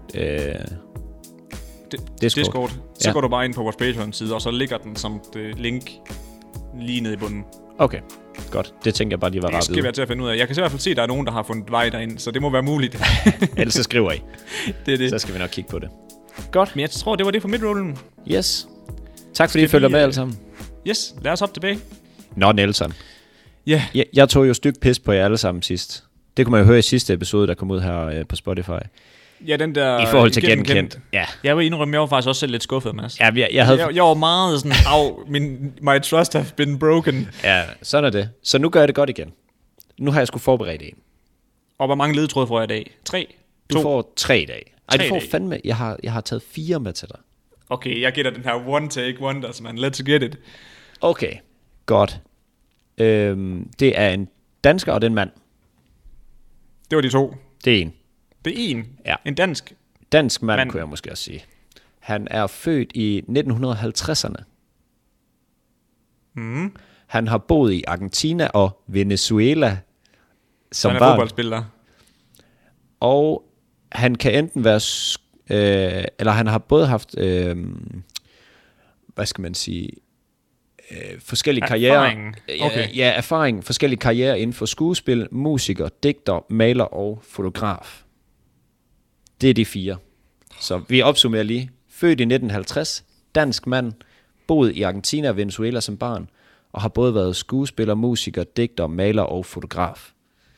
Discord? Så går du bare ind på vores Patreon-side, og så ligger den som link lige nede i bunden. Okay, godt. Det tænker jeg bare lige var rart. Det skal være til at finde ud af. Jeg kan i hvert fald se, at der er nogen, der har fundet vej derind, så det må være muligt. Ellers så skriver I. Det er det. Så skal vi nok kigge på det. Godt. Men jeg tror, det var det for midrollen. Yes. Tak fordi I følger med alle sammen. Yes, lad os hoppe tilbage. Nå, Nelson. Ja. Yeah. Jeg tog jo stykke pis på jer alle sammen sidst. Det kunne man jo høre i sidste episode, der kom ud her på Spotify. Ja, den der... I forhold til genkendt. Ja. Jeg vil indrømme, jeg var faktisk også selv lidt skuffet, Mads. Ja, jeg var meget sådan, my trust have been broken. Ja, sådan er det. Så nu gør jeg det godt igen. Nu har jeg sgu forberedt en. Og hvor mange ledetråde får jeg i dag? 3? Du får 3 i dag. Ej, du får fandme... Jeg har taget 4 med til dig. Okay, jeg gætter den her one take wonders, man. Let's get it. Okay, godt. Det er en dansker, og det er en mand. Det var de 2. Det er en. Det er en? Ja. En dansk mand, kunne jeg måske også sige. Han er født i 1950'erne. Mm. Han har boet i Argentina og Venezuela som barn. Han er fodboldspiller. Og han kan enten være... eller han har både haft... hvad skal man sige... forskellige karrierer. Okay. Ja, erfaring. Forskellige karrierer inden for skuespil, musiker, digter, maler og fotograf. Det er de 4. Så vi opsummerer lige. Født i 1950, dansk mand, boet i Argentina og Venezuela som barn, og har både været skuespiller, musiker, digter, maler og fotograf.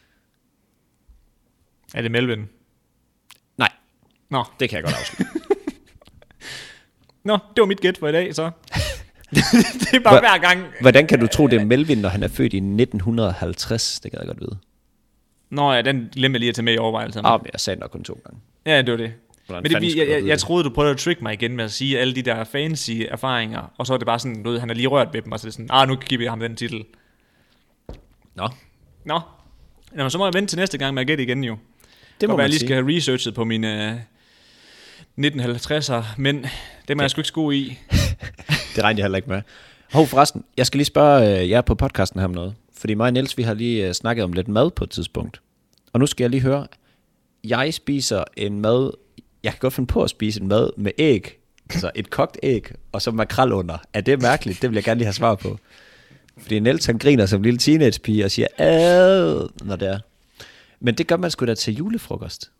Er det Melvin? Nej. Nå. Det kan jeg godt afsløre. Nå, det var mit gæt for i dag, så. Det er bare hver gang. Hvordan kan du tro, det er Melvin, når han er født i 1950? Det kan jeg godt vide. Nå ja, den glemte jeg lige at tage med i overvejelserne. Jeg sagde nok kun 2 gange. Ja, det var det. Men jeg troede, du prøvede at trick mig igen med at sige alle de der fancy erfaringer, og så er det bare sådan, han har lige rørt ved dem, og så er det sådan, nu giver vi ham den titel. Nå. Jamen, så må jeg vente til næste gang med at gætte igen jo. Det må man lige skal have researchet på mine 1950'er, men det må jeg sgu ikke sko i. Det regner jeg heller ikke med. Forresten, jeg skal lige spørge jer på podcasten her om noget. Fordi mig og Niels, vi har lige snakket om lidt mad på et tidspunkt. Og nu skal jeg lige høre, jeg spiser en mad, jeg kan godt finde på at spise en mad med æg, altså et kogt æg, og så makrel under. Er det mærkeligt? Det vil jeg gerne lige have svar på. Fordi Niels, han griner som en lille teenagepige og siger, når det er. Men det gør man sgu da til julefrokost.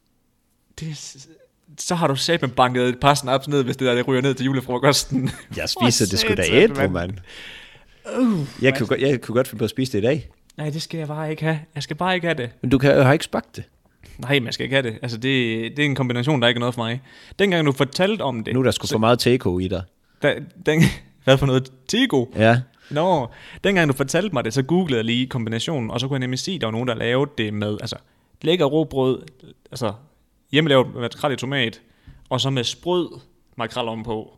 Så har du satme banket et par snaps ned, hvis det ryger ned til julefrokosten. Jeg spiser det sgu da ædru, mand. Jeg kunne godt finde på at spise det i dag. Nej, det skal jeg bare ikke have. Jeg skal bare ikke have det. Men du har ikke smagt det. Nej, man skal ikke have det. Altså, det er en kombination, der ikke er noget for mig. Dengang du fortalte om det... Nu er der sgu for meget teko i dig. Hvad for noget? Teko? Ja. Dengang du fortalte mig det, så googlede jeg lige kombinationen, og så kunne jeg nemlig se, at der var nogen, der lavede det med, altså, lækker råbrød, altså, hjemmelavet makrel i tomat, og så med sprød makrel ovenpå.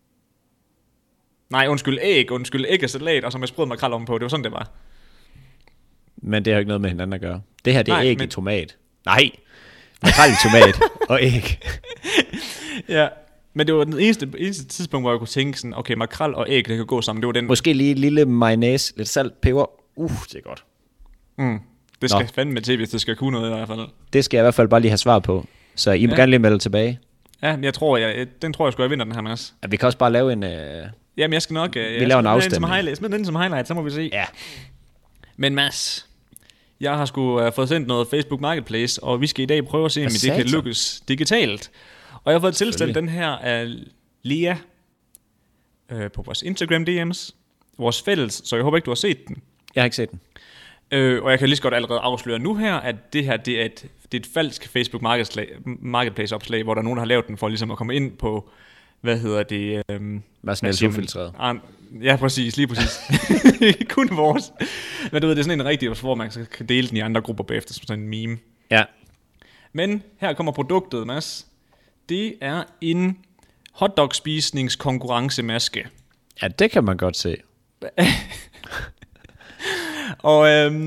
Nej, æg og salat, og så med sprød makrel ovenpå. Det var sådan, det var. Men det har ikke noget med hinanden at gøre. Det her, det er æg i tomat. Nej, makrel i tomat og æg. Ja, men det var den eneste tidspunkt, hvor jeg kunne tænke sådan, okay, makrel og æg, det kan gå sammen. Det var den. Måske lige en lille mayonnaise, lidt salt, peber. Det er godt. Det skal fandme til, hvis det skal kunne noget i hvert fald. Det skal jeg i hvert fald bare lige have svar på. Så I må gerne lige melde tilbage. Ja, den tror jeg sgu, jeg vinder den her, Mads. Ja, vi kan også bare lave en... Jamen, jeg skal nok... vi laver en afstemning. Smid den som highlight, så må vi se. Ja. Men Mads, jeg har sgu fået sendt noget Facebook Marketplace, og vi skal i dag prøve at se, om det kan lykkes digitalt. Og jeg har fået tilstillet den her af Lea på vores Instagram DM's, vores fælles, så jeg håber ikke, du har set den. Jeg har ikke set den. Og jeg kan lige så godt allerede afsløre nu her, at det her det er et falsk Facebook Marketplace opslag, hvor der er nogen, der har lavet den for ligesom at komme ind på, maskinelt ufiltreret. Ja, præcis, lige præcis. Kun vores. Men du ved, det er sådan en rigtig, hvor man kan dele den i andre grupper bagefter, som sådan en meme. Ja. Men her kommer produktet, Mads. Det er en hotdog-spisningskonkurrencemaske. Ja, det kan man godt se. Og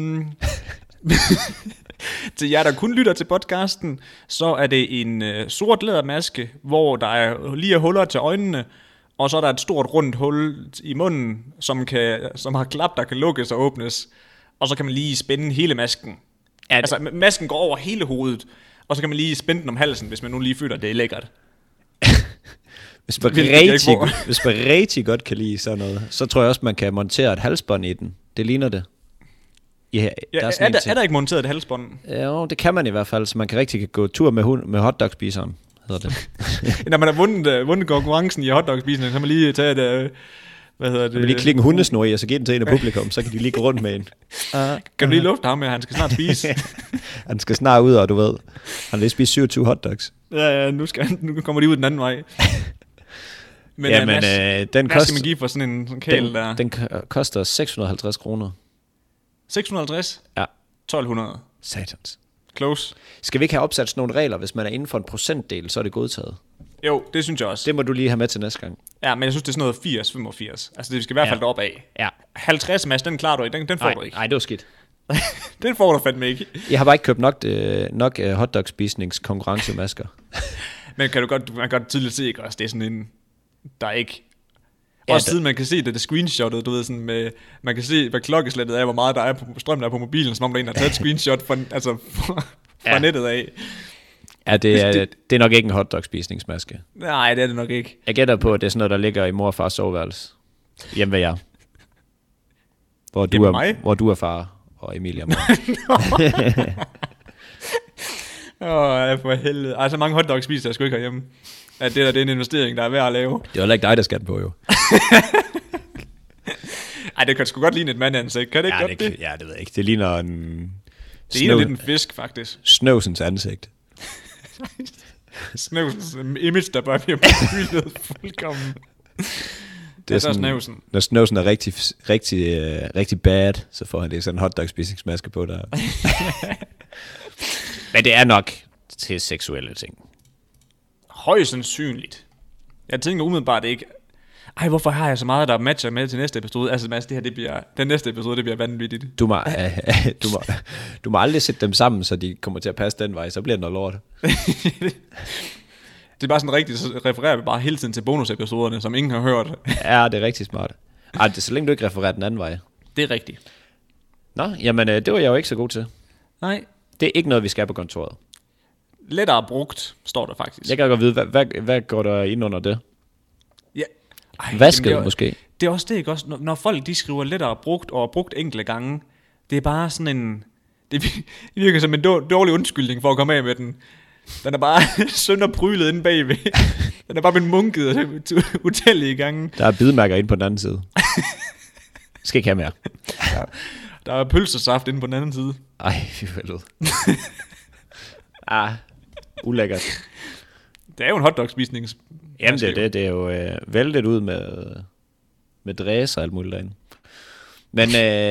til jer, der kun lytter til podcasten, så er det en sort lædermaske, hvor der er lige huller til øjnene, og så er der et stort rundt hul i munden, som har klap, der kan lukkes og åbnes. Og så kan man lige spænde hele masken. Altså, masken går over hele hovedet, og så kan man lige spænde den om halsen, hvis man nu lige føler, at det er lækkert. Hvis man rigtig godt kan lide sådan noget, så tror jeg også, man kan montere et halsbånd i den. Det ligner det. Ja, er der ikke monteret et halsbånd? Jo, det kan man i hvert fald, så man kan rigtig gå tur med hotdogspiseren, hedder det. Når man har vundet konkurrencen i hotdogspiseren, så kan man lige tage et... Man lige klikke en hundesnor i, og så give den til en af publikum, så kan de lige gå rundt med en. Kan du lige lufte ham med, han skal snart spise? Han skal snart ud, og du ved, han har lige spist 27 hotdogs. Ja, nu kommer de ud den anden vej. Men den hvad skal man give for sådan en kæl der? Den koster 650 kroner. 650? Ja. 1200. Satans. Close. Skal vi ikke have opsat sådan nogle regler, hvis man er inden for en procentdel, så er det godtaget? Jo, det synes jeg også. Det må du lige have med til næste gang. Ja, men jeg synes, det er sådan noget 80-85. Altså, det skal i hvert fald deroppe af. Ja. 50 Mads, den klarer du ikke. Den får du ikke. Nej, det var skidt. Den får du fandme ikke. Jeg har bare ikke købt nok hotdog-spisningskonkurrencemasker. Men man kan godt tydeligt se, ikke også? Det er sådan en, der er ikke... Også siden man kan se det screenshotet, du ved, sådan med, man kan se, hvad klokkeslættet er, hvor meget der er på strøm, der er på mobilen, som om der er en, der har taget et screenshot fra nettet af. Ja, det er nok ikke en hotdog-spisningsmaske. Nej, det er det nok ikke. Jeg gætter på, at det er sådan noget, der ligger i mor og fars soveværelse. Hjemme ved jer. Hvor du er far, og Emilie er mor. For helvede. Altså mange hotdogs spiser jeg sgu ikke herhjemme. At det er en investering, der er værd at lave. Det er heller ikke dig, der skal den på, jo. Ej, det kan sgu godt ligne et mandansigt. Kan det ikke godt det? Ja, det ved jeg ikke. Det ligner en... Det ligner lidt en fisk, faktisk. Snøvsens ansigt. Snøvsens image, der bare bliver bygget fuldkommen. Det er sådan, Snøvsen. Når Snøvsen er rigtig bad, så får han det sådan en hotdog-spisningsmaske på der. Men det er nok til seksuelle ting. Højst sandsynligt. Jeg tænker umiddelbart ikke... Ej, hvorfor har jeg så meget, der matcher med til næste episode? Altså, Mads, den næste episode, det bliver vanvittigt. Du må aldrig sætte dem sammen, så de kommer til at passe den vej, så bliver det noget lort. Det er bare sådan rigtigt, så refererer vi bare hele tiden til bonusepisoderne, som ingen har hørt. Ja, det er rigtig smart. Ej, det er så længe du ikke refererer den anden vej. Det er rigtigt. Nå, jamen det var jeg jo ikke så god til. Nej. Det er ikke noget, vi skal på kontoret. Lettere brugt, står der faktisk. Jeg kan godt vide, hvad går der ind under det? Ja. Vasket måske? Det er også det, ikke også? Når folk de skriver lettere brugt og brugt enkelte gange, det er bare sådan en... Det virker som en dårlig undskyldning for at komme af med den. Den er bare sønderprylet inde bagved. Den er bare blevet munket utallige gange. Der er bidmærker inde på den anden side. Skal ikke have mere. Ja. Der er pølsesaft inde på den anden side. Ej, fy helvede. Ulækkert. Det er jo en hotdog-spisning. Jamen det er jo væltet ud med dræs og alt muligt derinde. Men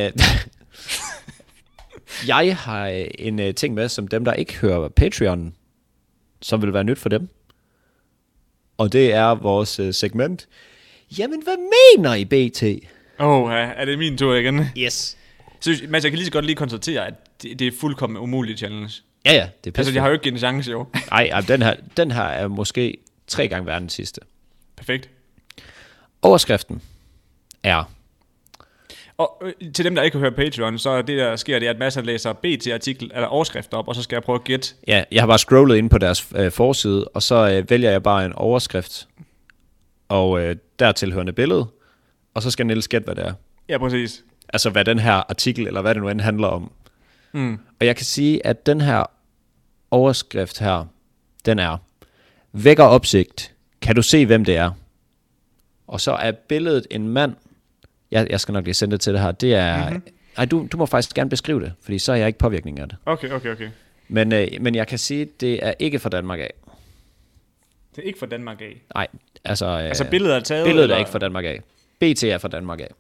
jeg har en ting med, som dem, der ikke hører Patreon, som vil være nyt for dem. Og det er vores segment. Jamen, hvad mener I, BT? Er det min tur igen? Yes. Så, Mads, jeg kan lige så godt lige konstatere, at det er fuldkommen umuligt challenge. Ja, det er pisse. Altså, jeg har jo ikke en chance, jo. Nej, den her er måske 3 gange værre den sidste. Perfekt. Overskriften er... Og til dem, der ikke har hørt Patreon, så det, der sker, det er, at Mads læser BT-artikel eller overskrifter op, og så skal jeg prøve at gætte. Ja, jeg har bare scrollet ind på deres forside, og så vælger jeg bare en overskrift, og dertilhørende billede, og så skal Niels gætte, hvad det er. Ja, præcis. Altså, hvad den her artikel, eller hvad det nu end handler om. Mm. Og jeg kan sige, at den her overskrift her, den er: vækker opsigt. Kan du se, hvem det er? Og så er billedet en mand. Jeg skal nok lige sende det til det her. Det er... Mm-hmm. Ej, du må faktisk gerne beskrive det, fordi så er jeg ikke påvirkning af det. Okay. Men jeg kan sige, det er ikke fra Danmark af. Det er ikke fra Danmark af? Nej, altså billedet er taget? Billedet eller? Er ikke fra Danmark af. BT er fra Danmark af.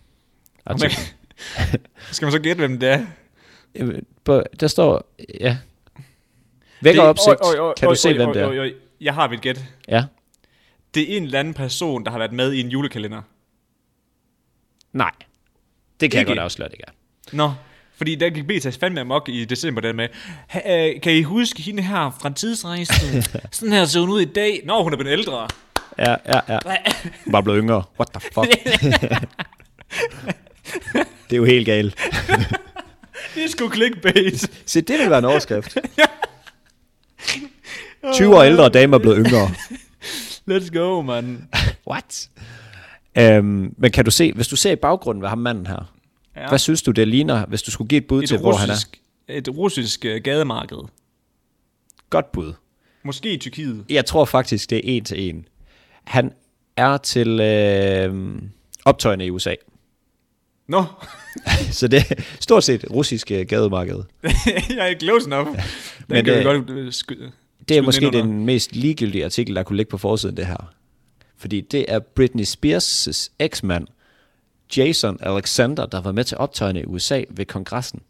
Skal man så gætte, hvem det er? Der står... Ja. Vækker opsigt. Kan du se, hvem det er? Jeg har et gæt. Ja. Det er en eller anden person, der har været med i en julekalender. Nej, det kan jeg godt afsløre, det gør. Nå, fordi der gik BT fandme amok i december der med, kan I huske hende her fra tidsrejsen? Sådan her ser hun ud i dag. Nå, hun er blevet ældre. Ja. Bare blevet yngre. What the fuck? Det er jo helt galt. Det er sgu clickbait. Se, det vil være en overskrift. 20 år ældre damer blevet yngre. Let's go, man. What? Men kan du se, hvis du ser i baggrunden ved ham manden her, hvad synes du det ligner, hvis du skulle give et bud til, hvor han er? Et russisk gademarked. Godt bud. Måske i Tyrkiet. Jeg tror faktisk, det er 1-1. Han er til optøjende i USA. Nå. Så det er stort set russisk gademarked. Jeg er ikke close enough. Men det er måske den mest ligegyldige artikel, der kunne ligge på forsiden det her. Fordi det er Britney Spears' eksmand, Jason Alexander, der var med til optøjerne i USA ved kongressen.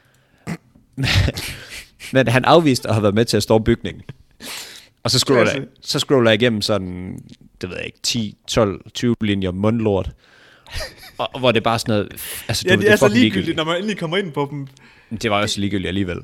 Men han afviste at have været med til at storme bygningen. Og så scroller jeg igennem sådan, det ved jeg ikke, 10, 12, 20 linjer mundlort. Og hvor det er bare sådan noget... Altså, ja, det er så ligegyldigt, når man endelig kommer ind på dem. Det var også ligegyldigt alligevel.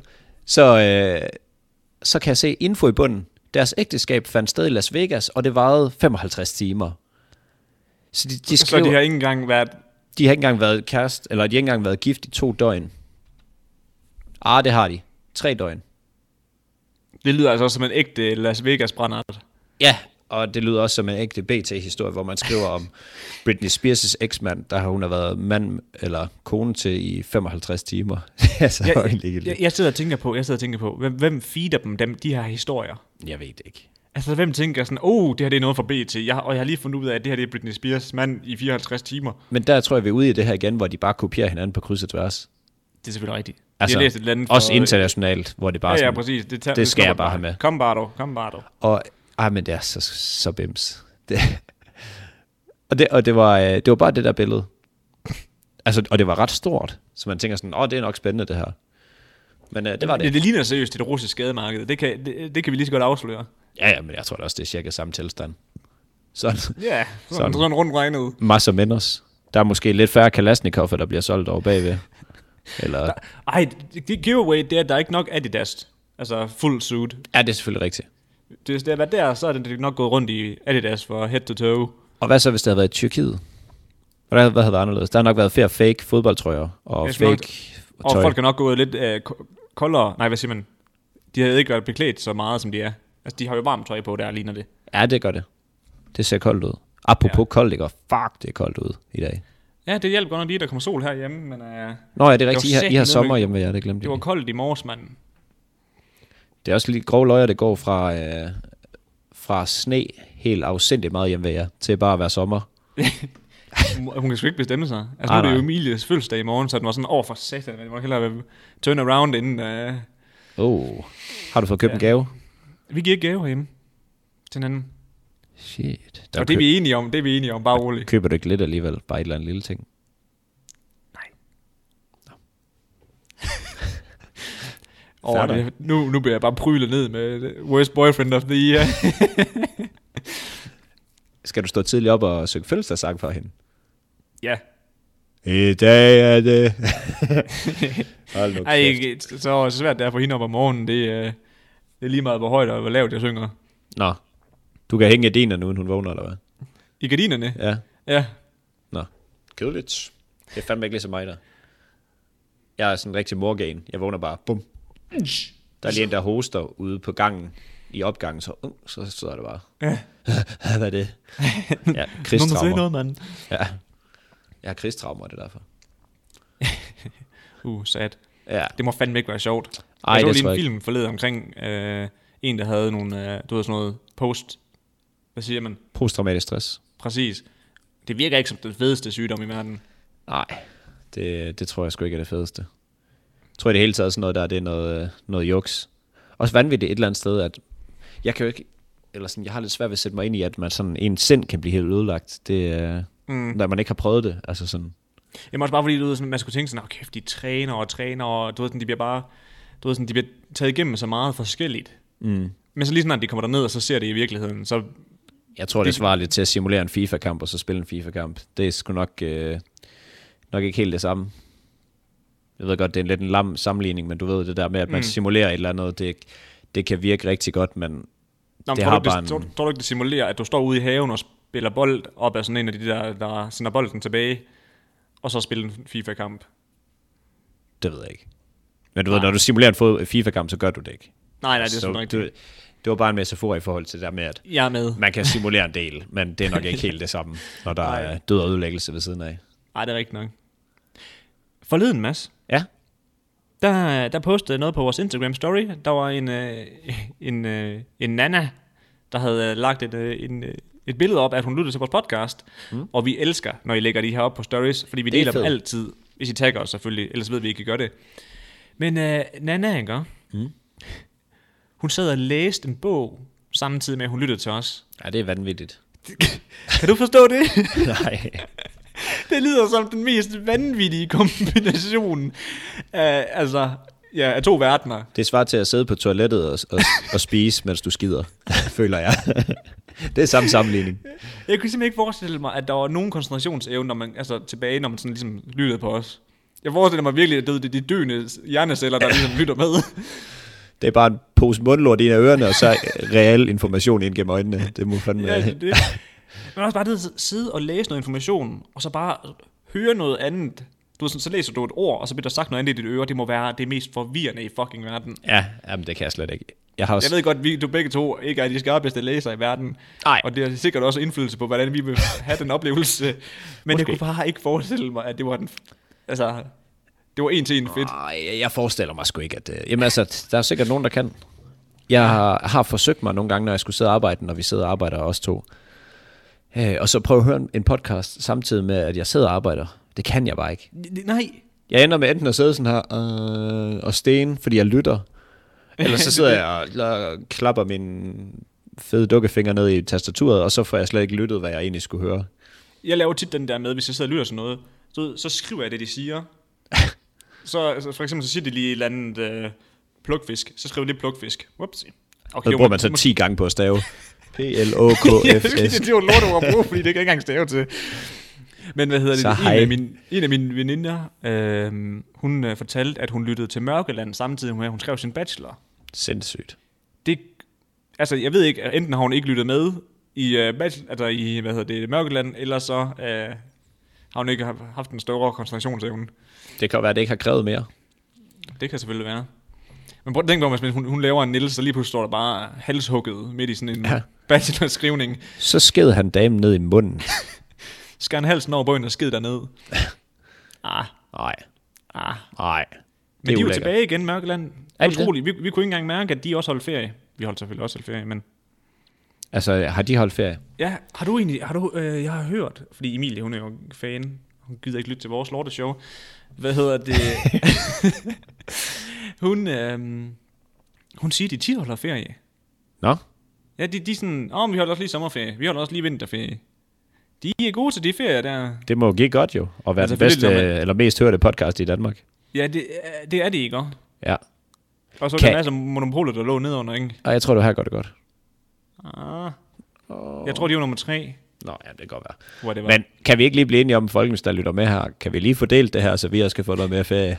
Så kan jeg se info i bunden. Deres ægteskab fandt sted i Las Vegas, og det varede 55 timer. Så de skriver, så de har ikke engang været... De har ikke engang været kæreste, eller de har ikke engang været gift i 2 døgn. Det har de. 3 døgn. Det lyder altså også som en ægte Las Vegas brændert. Ja, og det lyder også som en ægte BT-historie, hvor man skriver om Britney Spears' eksmand, der hun har været mand eller kone til i 55 timer. Jeg sidder og tænker på, hvem feeder dem de her historier? Jeg ved det ikke. Altså, hvem tænker sådan, det her det er noget for BT, og jeg har lige fundet ud af, at det her det er Britney Spears mand i 54 timer. Men der tror jeg, vi er ude i det her igen, hvor de bare kopierer hinanden på kryds og tværs. Det er selvfølgelig rigtigt. Altså, læst et eller andet også internationalt, hvor det bare sådan, præcis. Det skal jeg bare have med. Kom bare du. Og, men det er så bims. Og det var bare det der billede. Altså, og det var ret stort. Så man tænker sådan, det er nok spændende det her. Men det var det. Det ligner seriøst det russiske skademarked. Det kan vi lige så godt afsløre. Ja, men jeg tror da også, det er cirka samme tilstand. Sådan rundt regnet. Masser mindres. Der er måske lidt færre Kalashnikov, der bliver solgt over bagved. Eller... det giveaway, det er, at der er ikke nok Adidas. Altså full suit. Ja, det er selvfølgelig rigtigt. Hvis det har været der, så er det nok gået rundt i Adidas for head to toe. Og hvad så, hvis det havde været i Tyrkiet? Hvad havde været anderledes? Der har nok været flere fake fodboldtrøjer og fake tøj. Og folk kan nok gå lidt koldere. Nej, hvad siger man? De havde ikke været beklædt så meget, som de er. Altså, de har jo varmt tøj på, der ligner det. Ja, det gør det. Det ser koldt ud. Apropos koldt, det går det er koldt ud i dag. Ja, det hjælper godt nok lige, der kommer sol herhjemme, men... Nå ja, det er rigtigt. I har sommer hjemme ved jer, det glemte jeg. Det var koldt i morges, mand. Det er også lige grove løjer, det går fra sne helt afsindigt meget hjemme ved jer, til bare at være sommer. Hun kan sgu ikke bestemme sig. Altså nu er det jo Emilies fødselsdag i morgen, så den var sådan over for satan. Man må hellere turn around inden... Har du fået købt en gave? Vi giver gave herhjemme til hinanden. Shit. Og det er vi enige om, bare roligt. Køber du ikke lidt alligevel? Bare et eller andet lille ting? Nej. Nu bliver jeg bare prylet ned med worst boyfriend of the year. Skal du stå tidligt op og synge fødselsdagssang for hende? Ja. I dag er det... så svært det er for hende op om morgenen. Det er lige meget, hvor højt og hvor lavt jeg synger. Nå. Du kan hænge gardinerne, uden hun vågner, eller hvad? I gardinerne? Ja. Ja. Nå. Kedeligt. Det er fandme ikke ligesom mig der. Jeg er sådan en rigtig morgan. Jeg vågner bare. Bum. Der er lige en, der hoster ude på gangen. I opgangen, så sidder det bare. Ja. Hvad er det? Ja, krigstraumer. Noget, mand. Ja. Jeg har krigstraumer, det er derfor. Sad. Ja. Det må fandme ikke være sjovt. Jeg så lige en film forleden omkring en, der havde nogle, sådan noget hvad siger man? Posttraumatisk stress. Præcis. Det virker ikke som den fedeste sygdom i verden. Nej, det tror jeg sgu ikke er det fedeste. Jeg tror i det hele taget sådan noget der, det er noget juks. Også vanvittigt et eller andet sted, at jeg kan jo ikke, eller sådan, jeg har lidt svært ved at sætte mig ind i, at man sådan en sind kan blive helt ødelagt. Det er, når man ikke har prøvet det, altså sådan. Jamen også bare fordi, man skulle tænke sådan, kæft, de træner, og du ved sådan, de bliver bare, de bliver taget igennem så meget forskelligt. Men så lige sådan, at de kommer derned, og så ser det i virkeligheden, så... Jeg tror, det svarer lidt til at simulere en FIFA-kamp, og så spille en FIFA-kamp. Det er sgu nok ikke helt det samme. Jeg ved godt, det er lidt en lam sammenligning, men du ved det der med, at man simulerer et eller andet, det kan virke rigtig godt, men... Tror du ikke, det simulerer, at du står ude i haven og spiller bold op af sådan en af de der sender bolden tilbage, og så spiller en FIFA-kamp? Det ved jeg ikke. Men du ved, når du simulerer en FIFA-kamp, så gør du det ikke. Nej, det er sådan rigtigt. Det var bare en metafor i forhold til det der med, at man kan simulere en del, men det er nok ikke helt det samme, når der er død og ødelæggelse ved siden af. Nej, det er rigtigt nok. Forleden, Mads. Ja? Der postede noget på vores Instagram story. Der var en nana, der havde lagt et billede op, at hun lyttede til vores podcast. Og vi elsker, når I lægger de her op på stories, fordi vi deler dem altid, hvis I tagger os selvfølgelig, ellers ved vi ikke, I gør det. Men Nana, ikke? Hun sad og læste en bog, samtidig med, at hun lyttede til os. Ja, det er vanvittigt. Kan du forstå det? Nej. Det lyder som den mest vanvittige kombination af to verdener. Det svarer til at sidde på toilettet og spise, mens du skider, føler jeg. Det er samme sammenligning. Jeg kunne simpelthen ikke forestille mig, at der var nogen koncentrationsevne, når man, tilbage, når man sådan ligesom lyttede på os. Jeg forestiller mig virkelig, at det er de døende hjerneceller, der ligesom lytter med. Det er bare en pose mundlort i en af ørerne, og så reel information ind gennem øjnene. Det må fandme være. Det. Men også bare sidde og læse noget information, og så bare høre noget andet. Så læser du et ord, og så bliver der sagt noget andet i dit øre. Det må være det mest forvirrende i fucking verden. Ja, jamen det kan jeg slet ikke. Jeg ved godt, du begge to ikke er de skarpeste læsere i verden. Nej. Og det har sikkert også indflydelse på, hvordan vi vil have den oplevelse. Men jeg kunne bare ikke forestille mig, at det var det var en til en fedt. Nej, jeg forestiller mig sgu ikke, at... der er sikkert nogen, der kan. Jeg har forsøgt mig nogle gange, når jeg skulle sidde og arbejde, når vi sidder og arbejder os to. Og så prøve at høre en podcast samtidig med, at jeg sidder og arbejder. Det kan jeg bare ikke. Nej. Jeg ender med enten at sidde sådan her og stene, fordi jeg lytter. Eller så sidder jeg og klapper min fede dukkefinger ned i tastaturet, og så får jeg slet ikke lyttet, hvad jeg egentlig skulle høre. Jeg laver tit den der med, hvis jeg sidder og lytter sådan noget, så skriver jeg det, de siger. så for eksempel, så siger de lige et eller andet plukfisk. Så skriver jeg lige plukfisk. Whoopsie. Okay, så bruger man så 10 gange på at stave. P-L-O-K-F-S. Det er jo lort ord at bruge, fordi det kan ikke engang stave til. Men hvad hedder det? En af mine veninder, hun fortalte, at hun lyttede til Mørkeland samtidig med, at hun skrev sin bachelor. Sindssygt. Altså, jeg ved ikke, enten har hun ikke lyttet med i Mørkeland, eller så har hun ikke haft en større koncentrationsevne. Det kan være, at det ikke har krævet mere. Det kan selvfølgelig være. Men prøv at tænke på, hvis hun laver en Niels, så lige pludselig står der bare halshugget midt i sådan en bachelorskrivning. Så sked han damen ned i munden. Skar han halsen over bøjen og sked derned? Nej. Men de er jo tilbage igen, Mørkeland. Utroligt. Vi kunne ikke engang mærke, at de også holdt ferie. Vi holdt selvfølgelig også ferie, men... Altså, har de holdt ferie? Ja, jeg har hørt, fordi Emilie, hun er jo fan. Hun gider ikke lytte til vores lorteshow. Hvad hedder det? Hun siger, at de tit holder ferie. Nå? Ja, de er sådan, vi holder også lige sommerferie. Vi holder også lige vinterferie. De er gode til de ferier der. Det må give godt jo, at være den bedste eller mest hørte podcast i Danmark. Ja, det er det ikke også? Ja. Og så er der masser af monopolet, der lå nedenunder, ikke? Jeg tror, du har godt. Jeg tror, de er nummer 3. Nå, ja, det kan godt være. Men kan vi ikke lige blive enige om, folkens, der lytter med her? Kan vi lige fordele det her, så vi også skal få noget mere ferie?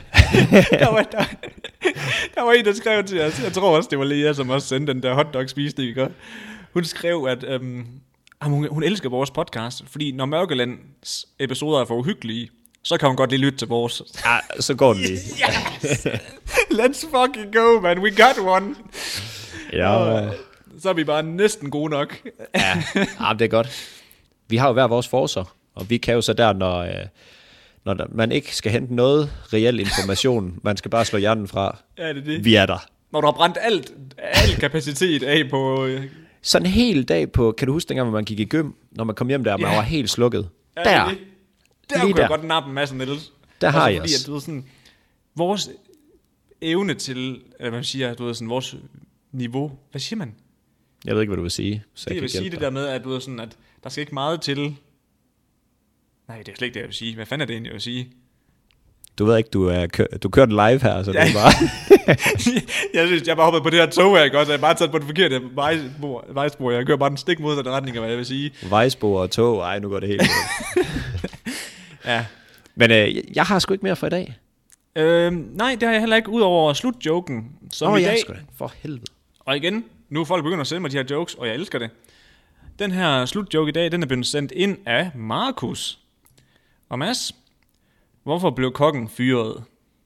der var en, der skrev til os. Jeg tror også, det var Lea, som også sendte den der hotdog-spisning. Hun skrev, at hun elsker vores podcast, fordi når Mørkelands episoder er for uhyggelige, så kan hun godt lige lytte til vores. Ja, så går den lige. Yes! Let's fucking go, man. We got one. Ja. Så er vi bare næsten gode nok. Ja, det er godt. Vi har jo hver vores forser, og vi kan jo så der, når man ikke skal hente noget reel information, man skal bare slå hjernen fra. Ja, det. Vi er der. Når du har brændt al kapacitet af på... Sådan en hel dag på, kan du huske dengang, hvor man gik i gym, når man kom hjem der, man var helt slukket. Ja, der kunne jeg godt nappe en masse, Niels. Der har jeg også. Fordi, sådan, vores evne til, eller man siger, sådan, vores niveau, hvad siger man? Jeg ved ikke, hvad du vil sige. Så jeg vil sige det der med, at, sådan, at der skal ikke meget til. Nej, det er slet ikke det, jeg vil sige. Hvad fanden er det egentlig, jeg vil sige? Du ved ikke, du kører den live her, så det er bare... Jeg synes, jeg bare hoppet på det her tog her, ikke også? Jeg har bare taget på det forkerte vejspor. Jeg kører bare den stik modsatte retning af, hvad jeg vil sige. Vejspor og tog, nu går det helt godt. Ja. Men jeg har sgu ikke mere for i dag. Nej, det har jeg heller ikke, ud over slutjoken. Som i dag. For helvede. Og igen, nu er folk begyndt at sende mig de her jokes, og jeg elsker det. Den her slutjoke i dag, den er blevet sendt ind af Markus. Og Mads, hvorfor blev kokken fyret?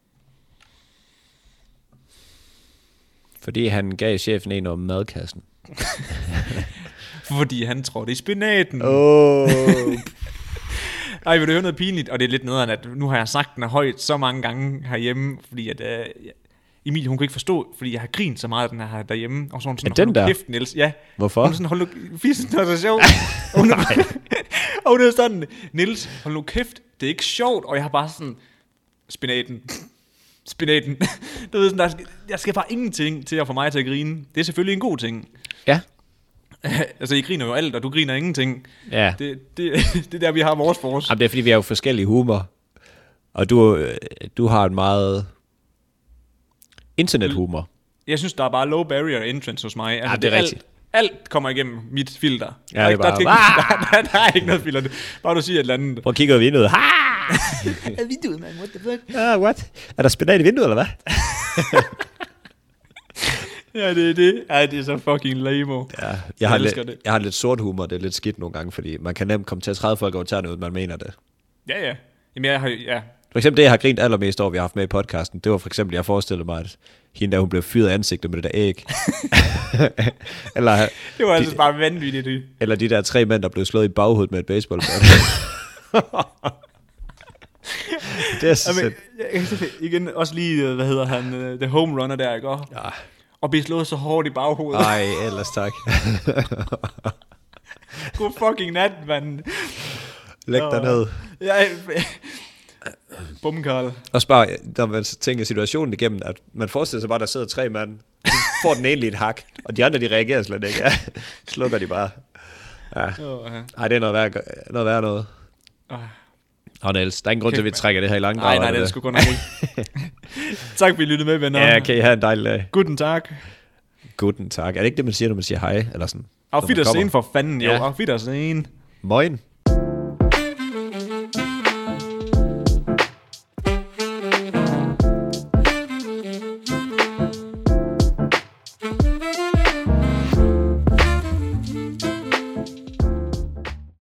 Fordi han gav chefen en om madkassen. Fordi han trådte i spinaten. Ej, vil du høre noget pinligt? Og det er lidt nederen, at nu har jeg sagt den højt så mange gange herhjemme, fordi at Emilie, hun kunne ikke forstå, fordi jeg har grint så meget af den her derhjemme. Og så hun sådan, den der? Kæft, Niels. Ja. Hvorfor? Og hun sådan, hold nu, fissen, det er så sjovt. Og hun er sådan, Niels, hold nu kæft, det er ikke sjovt. Og jeg har bare sådan, spinaten. Du ved sådan, jeg skal bare ingenting til at få mig til at grine. Det er selvfølgelig en god ting. Ja. Altså, I griner jo alt, og du griner ingenting. Ja. Det er der, vi har vores force. Jamen, det er fordi, vi har jo forskellige humor. Og du har en meget internethumor. Jeg synes, der er bare low barrier entrance hos mig. Altså, det er rigtigt. Alt kommer igennem mit filter. Ja, det er bare... Der er ikke noget filter. Bare du siger et eller andet. Prøv at kigge ud af vinduet. Vinduet, man. What the fuck? What? Er der spinat i vinduet, eller hvad? Ja, det er det. Ja, det er så fucking lame. Ja, jeg har lidt sort humor. Det er lidt skidt nogle gange, fordi man kan nemt komme til at træde folk over tæerne ud, man mener det. Ja. Jamen, jeg har... Ja. For eksempel det, jeg har grint allermest over, vi har haft med i podcasten, det var for eksempel, jeg forestillede mig, at hende der, hun blev fyret af ansigtet med det der æg. Eller, det var altså bare vanvittigt. Eller de der 3 mænd, der blev slået i baghovedet med et baseballbat. Det er så igen, også lige, hvad hedder han, the home runner der, ikke? Ja. Og blive slået så hårdt i baghovedet. Nej, ellers tak. God fucking nat, mand. Læg dig ned. Ja, bum, Karl. Og bare, når man tænker situationen igennem, at man forestiller sig bare, at der sidder 3 mand, får den ene lige et hak, og de andre, de reagerer slet ikke. Ja, slukker de bare. Ja. Ej, det er noget værre noget. Og Niels, der er ingen grund til, at vi trækker det her i langdrag. Nej, det er sgu godt nok ikke. Tak fordi I lyttede med, venner. Ja, kan I have en dejlig dag. Guten Tag. Guten Tag. Er det ikke det, man siger, når man siger hej? Eller sådan, Auf Wiedersehen for fanden, jo. Auf Wiedersehen. Moin.